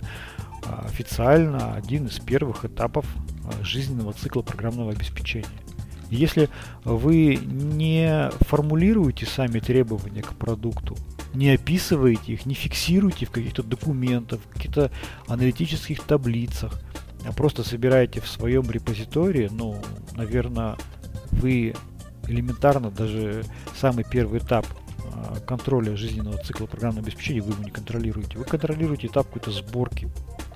официально один из первых этапов жизненного цикла программного обеспечения. И если вы не формулируете сами требования к продукту, не описываете их, не фиксируете в каких-то документах, в каких-то аналитических таблицах, а просто собираете в своем репозитории, ну, наверное, вы элементарно даже самый первый этап контроля жизненного цикла программного обеспечения вы его не контролируете. Вы контролируете этап какой-то сборки,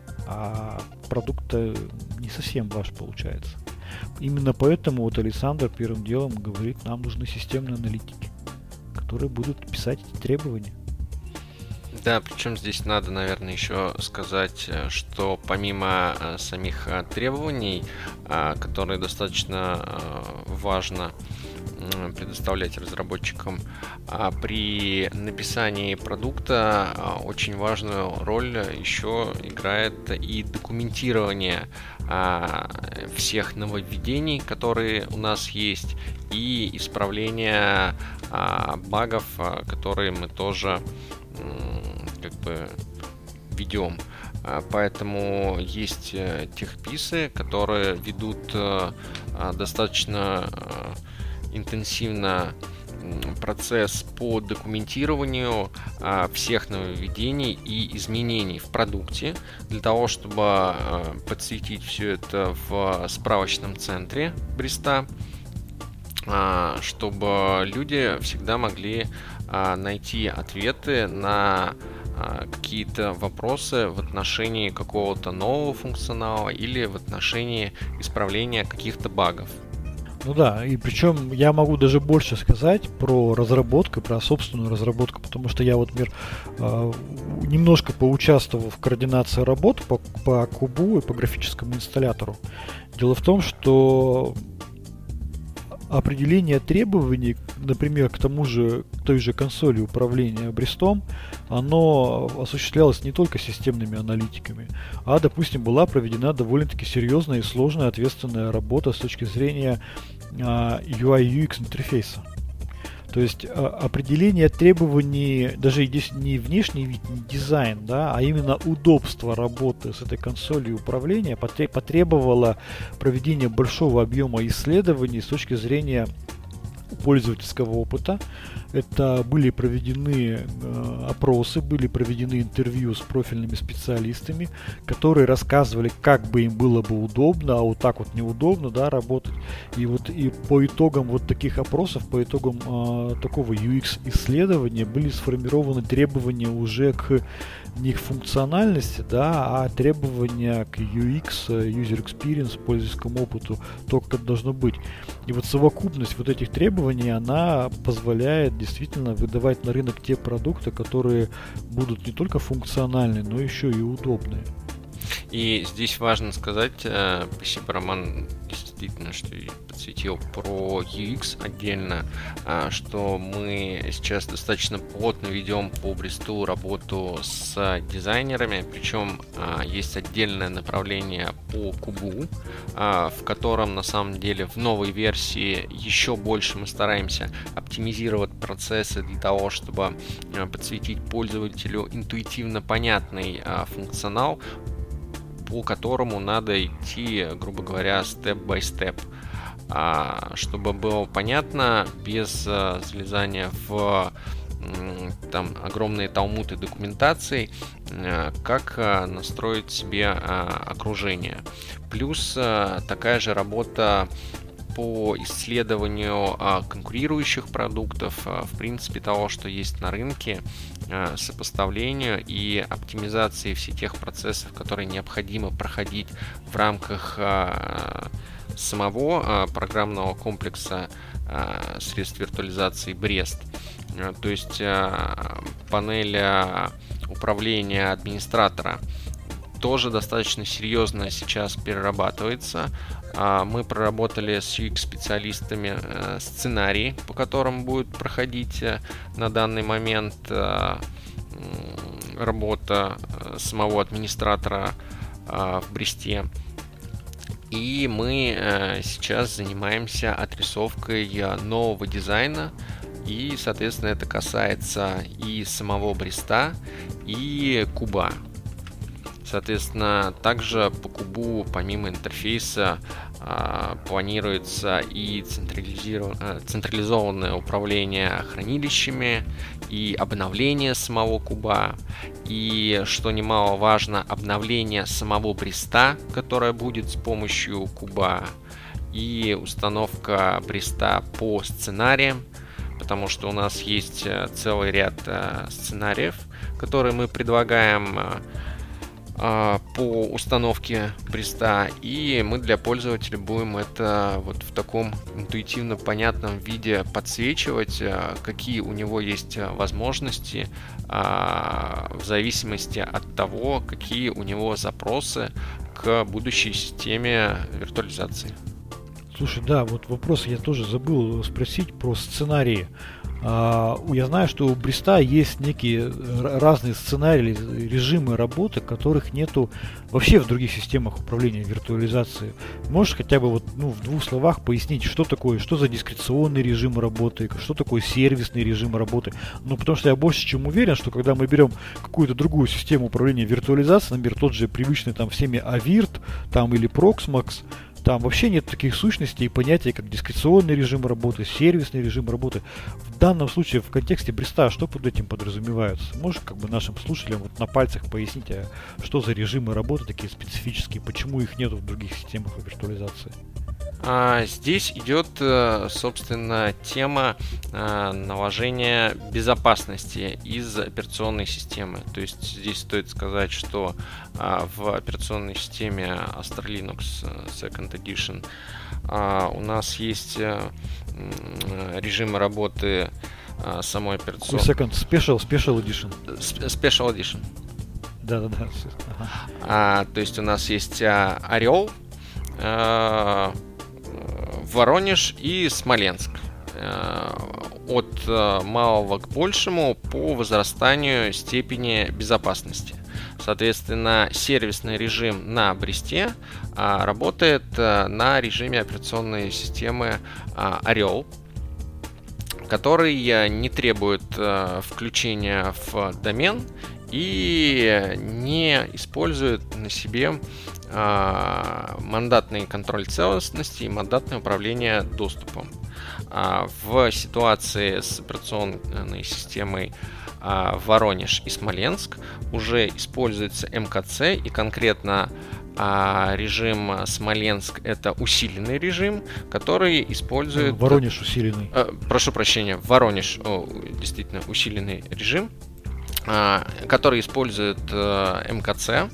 а продукт не совсем ваш получается. Именно поэтому вот Александр первым делом говорит, нам нужны системные аналитики, которые будут писать эти требования. Да, причем здесь надо, наверное, еще сказать, что помимо самих требований, которые достаточно важно предоставлять разработчикам, при написании продукта очень важную роль еще играет и документирование всех нововведений, которые у нас есть, и исправление багов, которые мы тоже как бы ведем. Поэтому есть техписы, которые ведут достаточно интенсивно процесс по документированию всех нововведений и изменений в продукте, для того, чтобы подсветить все это в справочном центре Бреста, чтобы люди всегда могли найти ответы на какие-то вопросы в отношении какого-то нового функционала или в отношении исправления каких-то багов. Ну да, и причем я могу даже больше сказать про разработку, про собственную разработку, потому что я вот, например, немножко поучаствовал в координации работ по кубу и по графическому инсталлятору. Дело в том, что определение требований, например, к той же консоли управления Брестом, оно осуществлялось не только системными аналитиками, а, допустим, была проведена довольно-таки серьезная и сложная ответственная работа с точки зрения UI/UX интерфейса. То есть определение требований, даже здесь не внешний вид, не дизайн, да, а именно удобство работы с этой консолью управления потребовало проведения большого объема исследований с точки зрения пользовательского опыта. Это были проведены опросы, были проведены интервью с профильными специалистами, которые рассказывали, как бы им было бы удобно, а вот так вот неудобно, да, работать. И по итогам вот таких опросов, по итогам такого UX-исследования были сформированы требования уже не к функциональности, да, а требования к UX, User Experience, пользовательскому опыту, то, как это должно быть. И вот совокупность вот этих требований, она позволяет действительно выдавать на рынок те продукты, которые будут не только функциональны, но еще и удобные. И здесь важно сказать, спасибо, Роман, действительно, что подсветил про UX отдельно, что мы сейчас достаточно плотно ведем по Бресту работу с дизайнерами, причем есть отдельное направление по кубу, в котором на самом деле в новой версии еще больше мы стараемся оптимизировать процессы для того, чтобы подсветить пользователю интуитивно понятный функционал, по которому надо идти, грубо говоря, степ-бай-степ, чтобы было понятно, без залезания в там огромные талмуды документаций, как настроить себе окружение. Плюс такая же работа по исследованию конкурирующих продуктов, в принципе, того, что есть на рынке, сопоставлению и оптимизации всех тех процессов, которые необходимо проходить в рамках самого программного комплекса средств виртуализации Брест. То есть панель управления администратора тоже достаточно серьезно сейчас перерабатывается. Мы проработали с UX-специалистами сценарий, по которым будет проходить на данный момент работа самого администратора в Бресте. И мы сейчас занимаемся отрисовкой нового дизайна. И, соответственно, это касается и самого Бреста, и куба. Соответственно, также по кубу, помимо интерфейса, планируется и централизованное управление хранилищами, и обновление самого куба, и, что немаловажно, обновление самого Бреста, которое будет с помощью куба, и установка Бреста по сценариям, потому что у нас есть целый ряд сценариев, которые мы предлагаем по установке Бреста, и мы для пользователя будем это вот в таком интуитивно понятном виде подсвечивать, какие у него есть возможности в зависимости от того, какие у него запросы к будущей системе виртуализации. Слушай, да, вот вопрос я тоже забыл спросить про сценарии. Я знаю, что у Бреста есть некие разные сценарии, режимы работы, которых нету вообще в других системах управления виртуализацией. Можешь хотя бы в 2 словах пояснить, что такое, что за дискреционный режим работы, что такое сервисный режим работы? Потому что я больше чем уверен, что когда мы берем какую-то другую систему управления виртуализацией, например, тот же привычный там всеми Avirt или Proxmox, там вообще нет таких сущностей и понятий, как дискреционный режим работы, сервисный режим работы. В данном случае, в контексте Бреста, что под этим подразумевается? Можешь нашим слушателям на пальцах пояснить, что за режимы работы такие специфические, почему их нет в других системах виртуализации? Здесь идет, собственно, тема наложения безопасности из операционной системы. То есть здесь стоит сказать, что в операционной системе Astra Linux Second Edition у нас есть режимы работы самой операционной. Second Special Edition. Special Edition. Да. То есть у нас есть Орел, Воронеж и Смоленск. От малого к большему по возрастанию степени безопасности. Соответственно, сервисный режим на Бресте работает на режиме операционной системы Орел, который не требует включения в домен и не использует на себе мандатный контроль целостности и мандатное управление доступом. В ситуации с операционной системой Воронеж и Смоленск уже используется МКЦ, и конкретно режим Смоленск — это усиленный режим, который использует... Воронеж усиленный. Прошу прощения, Воронеж действительно усиленный режим, который использует МКЦ.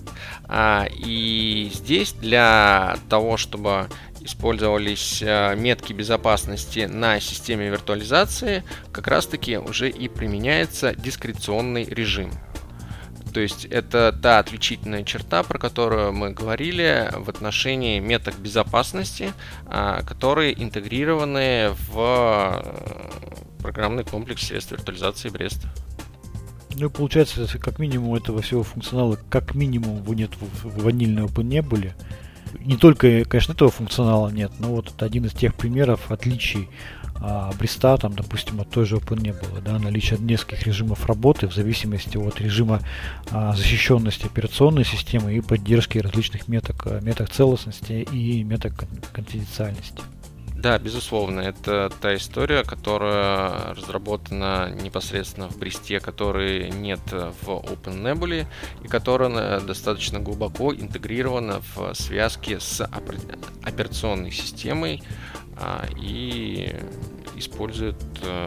И здесь для того, чтобы использовались метки безопасности на системе виртуализации, как раз таки уже и применяется дискреционный режим. То есть это та отличительная черта, про которую мы говорили в отношении меток безопасности, которые интегрированы в программный комплекс средств виртуализации Бреста. Получается, как минимум этого всего функционала, как минимум нет в ванильной OpenNebula. Не только, конечно, этого функционала нет, но вот это один из тех примеров отличий Бреста, допустим, от той же OpenNebula, наличие нескольких режимов работы в зависимости от режима защищенности операционной системы и поддержки различных меток целостности и меток конфиденциальности. Да, безусловно, это та история, которая разработана непосредственно в Бресте, которой нет в OpenNebula и которая достаточно глубоко интегрирована в связке с операционной системой и использует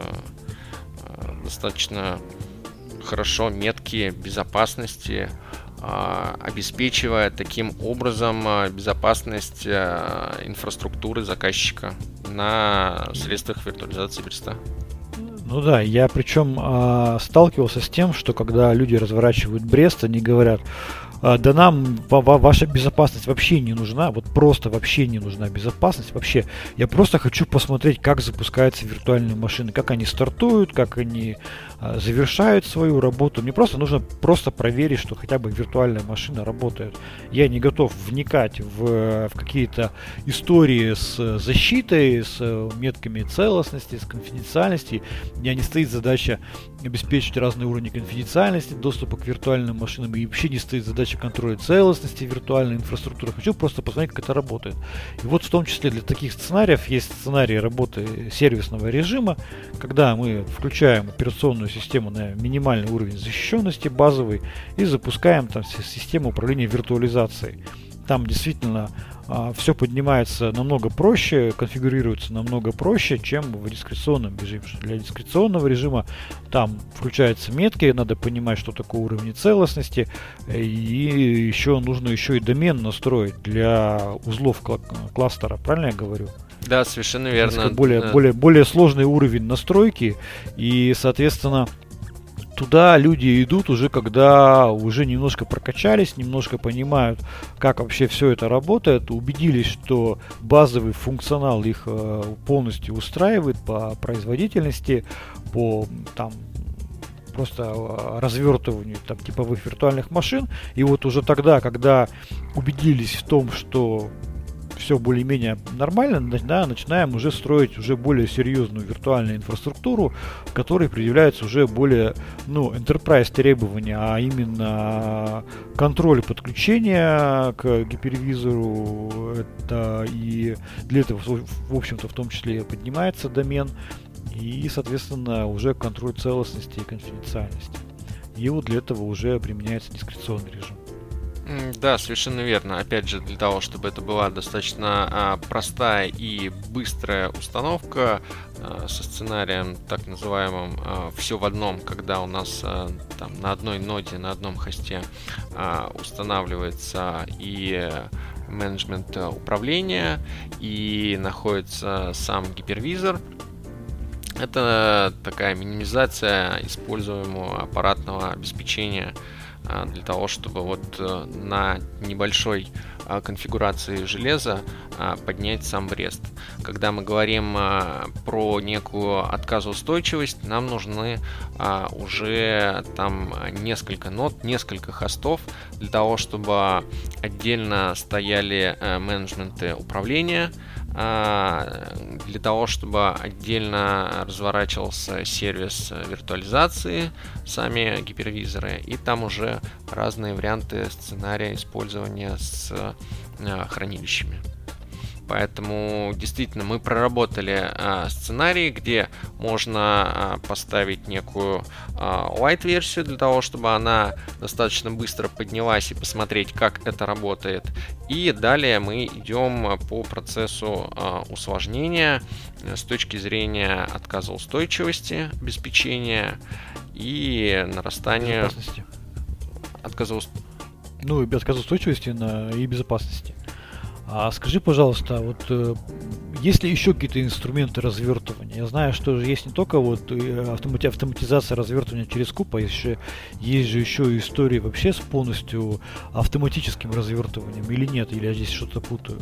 достаточно хорошо метки безопасности, обеспечивая таким образом безопасность инфраструктуры заказчика на средствах виртуализации Бреста. Я причем сталкивался с тем, что когда люди разворачивают Брест, они говорят: да нам ваша безопасность вообще не нужна, вот просто вообще не нужна безопасность вообще. Я просто хочу посмотреть, как запускаются виртуальные машины, как они стартуют, как они завершают свою работу. Мне просто нужно проверить, что хотя бы виртуальная машина работает. Я не готов вникать в какие-то истории с защитой, с метками целостности, с конфиденциальности. У меня не стоит задача обеспечить разные уровни конфиденциальности, доступа к виртуальным машинам, и вообще не стоит задача контроля целостности виртуальной инфраструктуры. Хочу просто посмотреть, как это работает. И вот в том числе для таких сценариев есть сценарий работы сервисного режима, когда мы включаем операционную систему на минимальный уровень защищенности базовый и запускаем там систему управления виртуализацией. Там действительно все поднимается намного проще, конфигурируется намного проще, чем в дискреционном режиме. Для дискреционного режима там включаются метки, надо понимать, что такое уровни целостности, и еще нужно еще и домен настроить для узлов кластера, правильно я говорю? Да, совершенно верно. Более сложный уровень настройки, и, соответственно, туда люди идут уже, когда уже немножко прокачались, немножко понимают, как вообще все это работает, убедились, что базовый функционал их полностью устраивает по производительности, по там просто развертыванию там типовых виртуальных машин. И вот уже тогда, когда убедились в том, что все более-менее нормально, да, начинаем уже строить уже более серьезную виртуальную инфраструктуру, в которой предъявляются уже более, enterprise требования, а именно контроль подключения к гипервизору. Это и для этого, в общем-то, в том числе поднимается домен и, соответственно, уже контроль целостности и конфиденциальности. И вот для этого уже применяется дискреционный режим. Да, совершенно верно. Опять же, для того, чтобы это была достаточно простая и быстрая установка со сценарием так называемым все в одном, когда у нас там на одной ноде, на одном хосте устанавливается и менеджмент управления, и находится сам гипервизор. Это такая минимизация используемого аппаратного обеспечения для того, чтобы вот на небольшой конфигурации железа поднять сам Брест. Когда мы говорим про некую отказоустойчивость, нам нужны уже там несколько нод, несколько хостов для того, чтобы отдельно стояли менеджменты управления, для того, чтобы отдельно разворачивался сервис виртуализации, сами гипервизоры, и там уже разные варианты сценария использования с хранилищами. Поэтому действительно мы проработали сценарий, где можно поставить некую light-версию для того, чтобы она достаточно быстро поднялась и посмотреть, как это работает. И далее мы идем по процессу усложнения с точки зрения отказоустойчивости обеспечения и нарастания отказоустойчивости и безопасности. А скажи, пожалуйста, вот есть ли еще какие-то инструменты развертывания? Я знаю, что есть не только вот автоматизация развертывания через куб, а есть же еще истории вообще с полностью автоматическим развертыванием, или нет, или я здесь что-то путаю?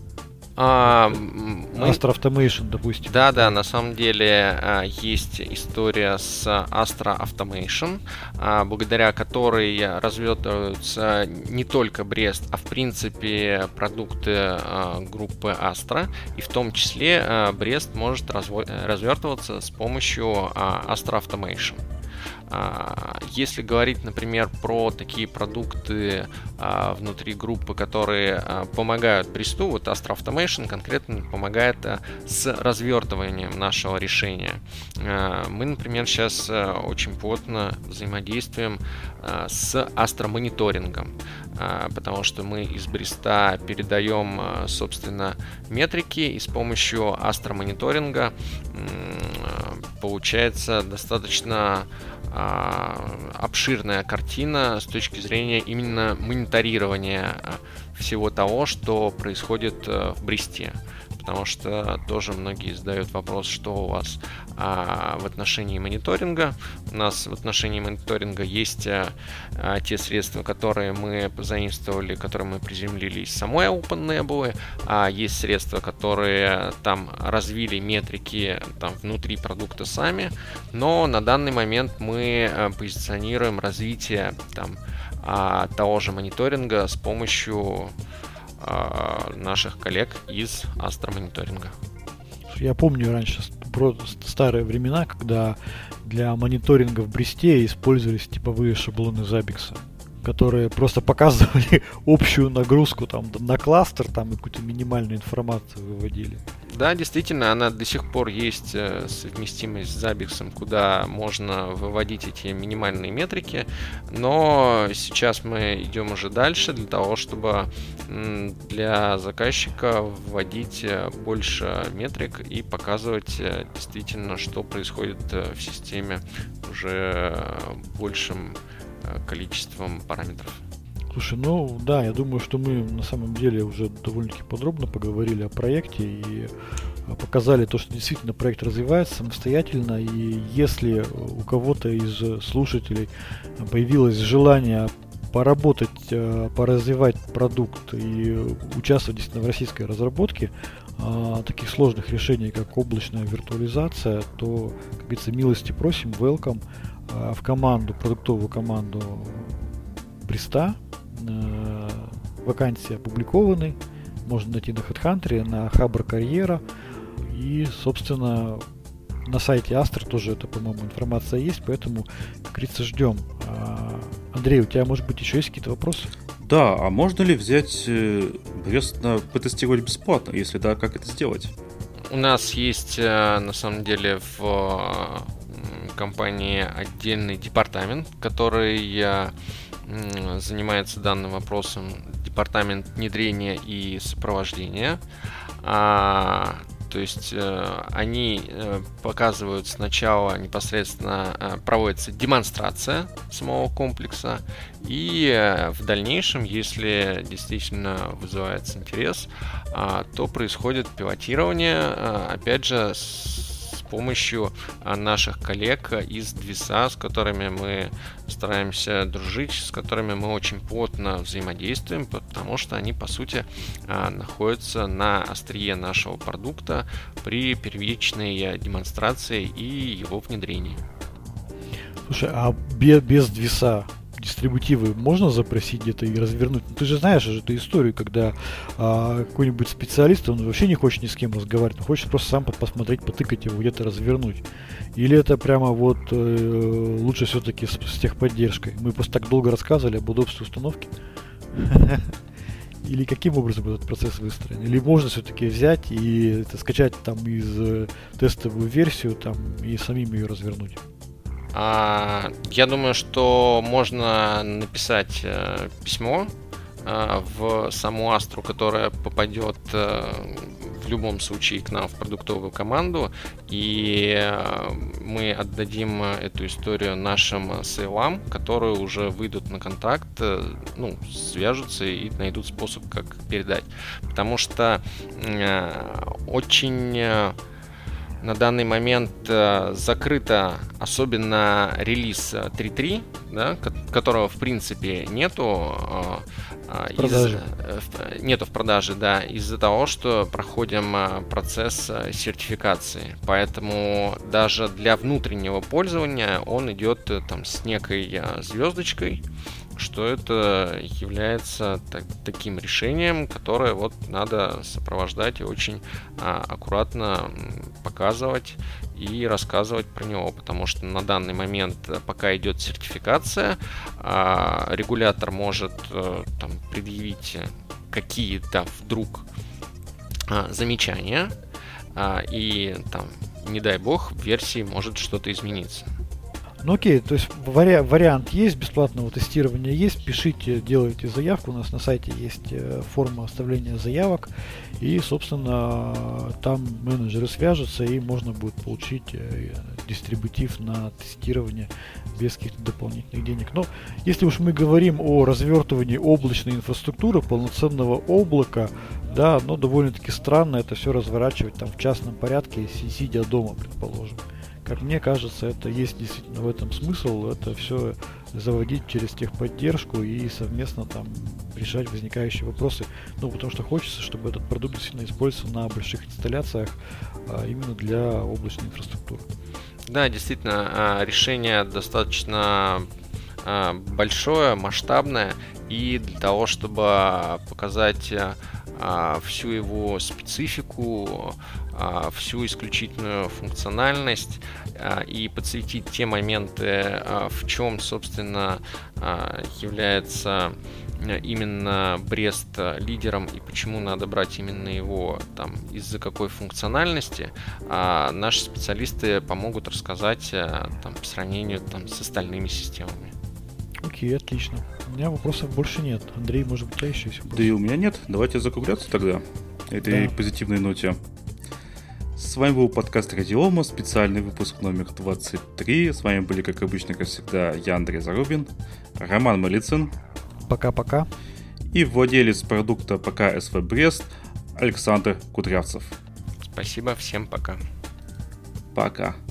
Astra Automation, допустим. Да, на самом деле есть история с Astra Automation, благодаря которой развертываются не только Брест, а в принципе продукты группы Astra, и в том числе Брест может развертываться с помощью Astra Automation. Если говорить, например, про такие продукты внутри группы, которые помогают Бресту, вот Astra Automation конкретно помогает с развертыванием нашего решения. Мы, например, сейчас очень плотно взаимодействуем с Astra мониторингом, потому что мы из Бреста передаем, собственно, метрики, и с помощью Astra мониторинга получается достаточно обширная картина с точки зрения именно мониторирования всего того, что происходит в Бресте. Потому что тоже многие задают вопрос, что у вас в отношении мониторинга. У нас в отношении мониторинга есть те средства, которые мы позаимствовали, которые мы приземлили из самой OpenNebula, а есть средства, которые там развили метрики там внутри продукта сами, но на данный момент мы позиционируем развитие там того же мониторинга с помощью наших коллег из Astra мониторинга. Я помню раньше про старые времена, когда для мониторинга в Бресте использовались типовые шаблоны Zabbix, которые просто показывали общую нагрузку там на кластер, там и какую-то минимальную информацию выводили. Да, действительно, она до сих пор есть совместимость с Zabbix, куда можно выводить эти минимальные метрики, но сейчас мы идем уже дальше для того, чтобы для заказчика вводить больше метрик и показывать действительно, что происходит в системе уже большим количеством параметров. Слушай, ну да, я думаю, что мы на самом деле уже довольно-таки подробно поговорили о проекте и показали то, что действительно проект развивается самостоятельно, и если у кого-то из слушателей появилось желание поработать, поразвивать продукт и участвовать действительно в российской разработке таких сложных решений, как облачная виртуализация, то, как говорится, милости просим, welcome в команду, продуктовую команду Бреста. Вакансии опубликованы, можно найти на HeadHunter, на Хабр Карьера и, собственно, на сайте Astra тоже это, по-моему, информация есть, поэтому, как говорится, ждем. Андрей, у тебя, может быть, еще есть какие-то вопросы? Да, а можно ли взять Брест потестировать бесплатно? Если да, как это сделать? У нас есть, на самом деле, в компании отдельный департамент, который занимается данным вопросом, департамент внедрения и сопровождения. То есть они показывают сначала непосредственно, проводится демонстрация самого комплекса, и в дальнейшем, если действительно вызывается интерес, то происходит пилотирование, опять же, с помощью наших коллег из Двиса, с которыми мы стараемся дружить, с которыми мы очень плотно взаимодействуем, потому что они, по сути, находятся на острие нашего продукта при первичной демонстрации и его внедрении. Слушай, а без Двиса дистрибутивы можно запросить где-то и развернуть? Ну, ты же знаешь же эту историю, когда какой-нибудь специалист, он вообще не хочет ни с кем разговаривать, он хочет просто сам посмотреть, потыкать его, где-то развернуть. Или это прямо вот лучше все-таки с техподдержкой? Мы просто так долго рассказывали об удобстве установки. Или каким образом этот процесс выстроен? Или можно все-таки взять и скачать там из тестовую версию там, и самим ее развернуть? Я думаю, что можно написать письмо в саму Астру, которая попадет в любом случае к нам в продуктовую команду, и мы отдадим эту историю нашим сейлам, которые уже выйдут на контакт, свяжутся и найдут способ, как передать. Потому что очень на данный момент закрыто, особенно релиз 3.3, да, которого в принципе нету в продаже, да, из-за того, что проходим процесс сертификации. Поэтому даже для внутреннего пользования он идет там с некой звездочкой, что это является таким решением, которое вот надо сопровождать и очень аккуратно показывать и рассказывать про него, потому что на данный момент, пока идет сертификация, регулятор может там предъявить какие-то вдруг замечания, и там, не дай бог, в версии может что-то измениться. Ну окей, то есть вариант есть, бесплатного тестирования есть, пишите, делайте заявку, у нас на сайте есть форма оставления заявок, и, собственно, там менеджеры свяжутся, и можно будет получить дистрибутив на тестирование без каких-то дополнительных денег. Но если уж мы говорим о развертывании облачной инфраструктуры, полноценного облака, да, но довольно-таки странно это все разворачивать там в частном порядке, сидя дома, предположим. Как мне кажется, это есть действительно в этом смысл, это все заводить через техподдержку и совместно там решать возникающие вопросы. Ну, потому что хочется, чтобы этот продукт действительно использовался на больших инсталляциях именно для облачной инфраструктуры. Да, действительно, решение достаточно большое, масштабное, и для того, чтобы показать всю его специфику, всю исключительную функциональность и подсветить те моменты, в чем, собственно, является именно Брест лидером и почему надо брать именно его, там, из-за какой функциональности, наши специалисты помогут рассказать там, по сравнению там, с остальными системами. Окей, отлично. У меня вопросов больше нет. Андрей, может быть, у тебя еще есть вопросы? Да и у меня нет. Давайте закругляться тогда этой позитивной ноте. С вами был подкаст Радиома, специальный выпуск номер 23. С вами были, как обычно, как всегда, я, Андрей Зарубин, Роман Малицын. Пока-пока. И владелец продукта ПК СВ Брест Александр Кудрявцев. Спасибо, всем пока. Пока.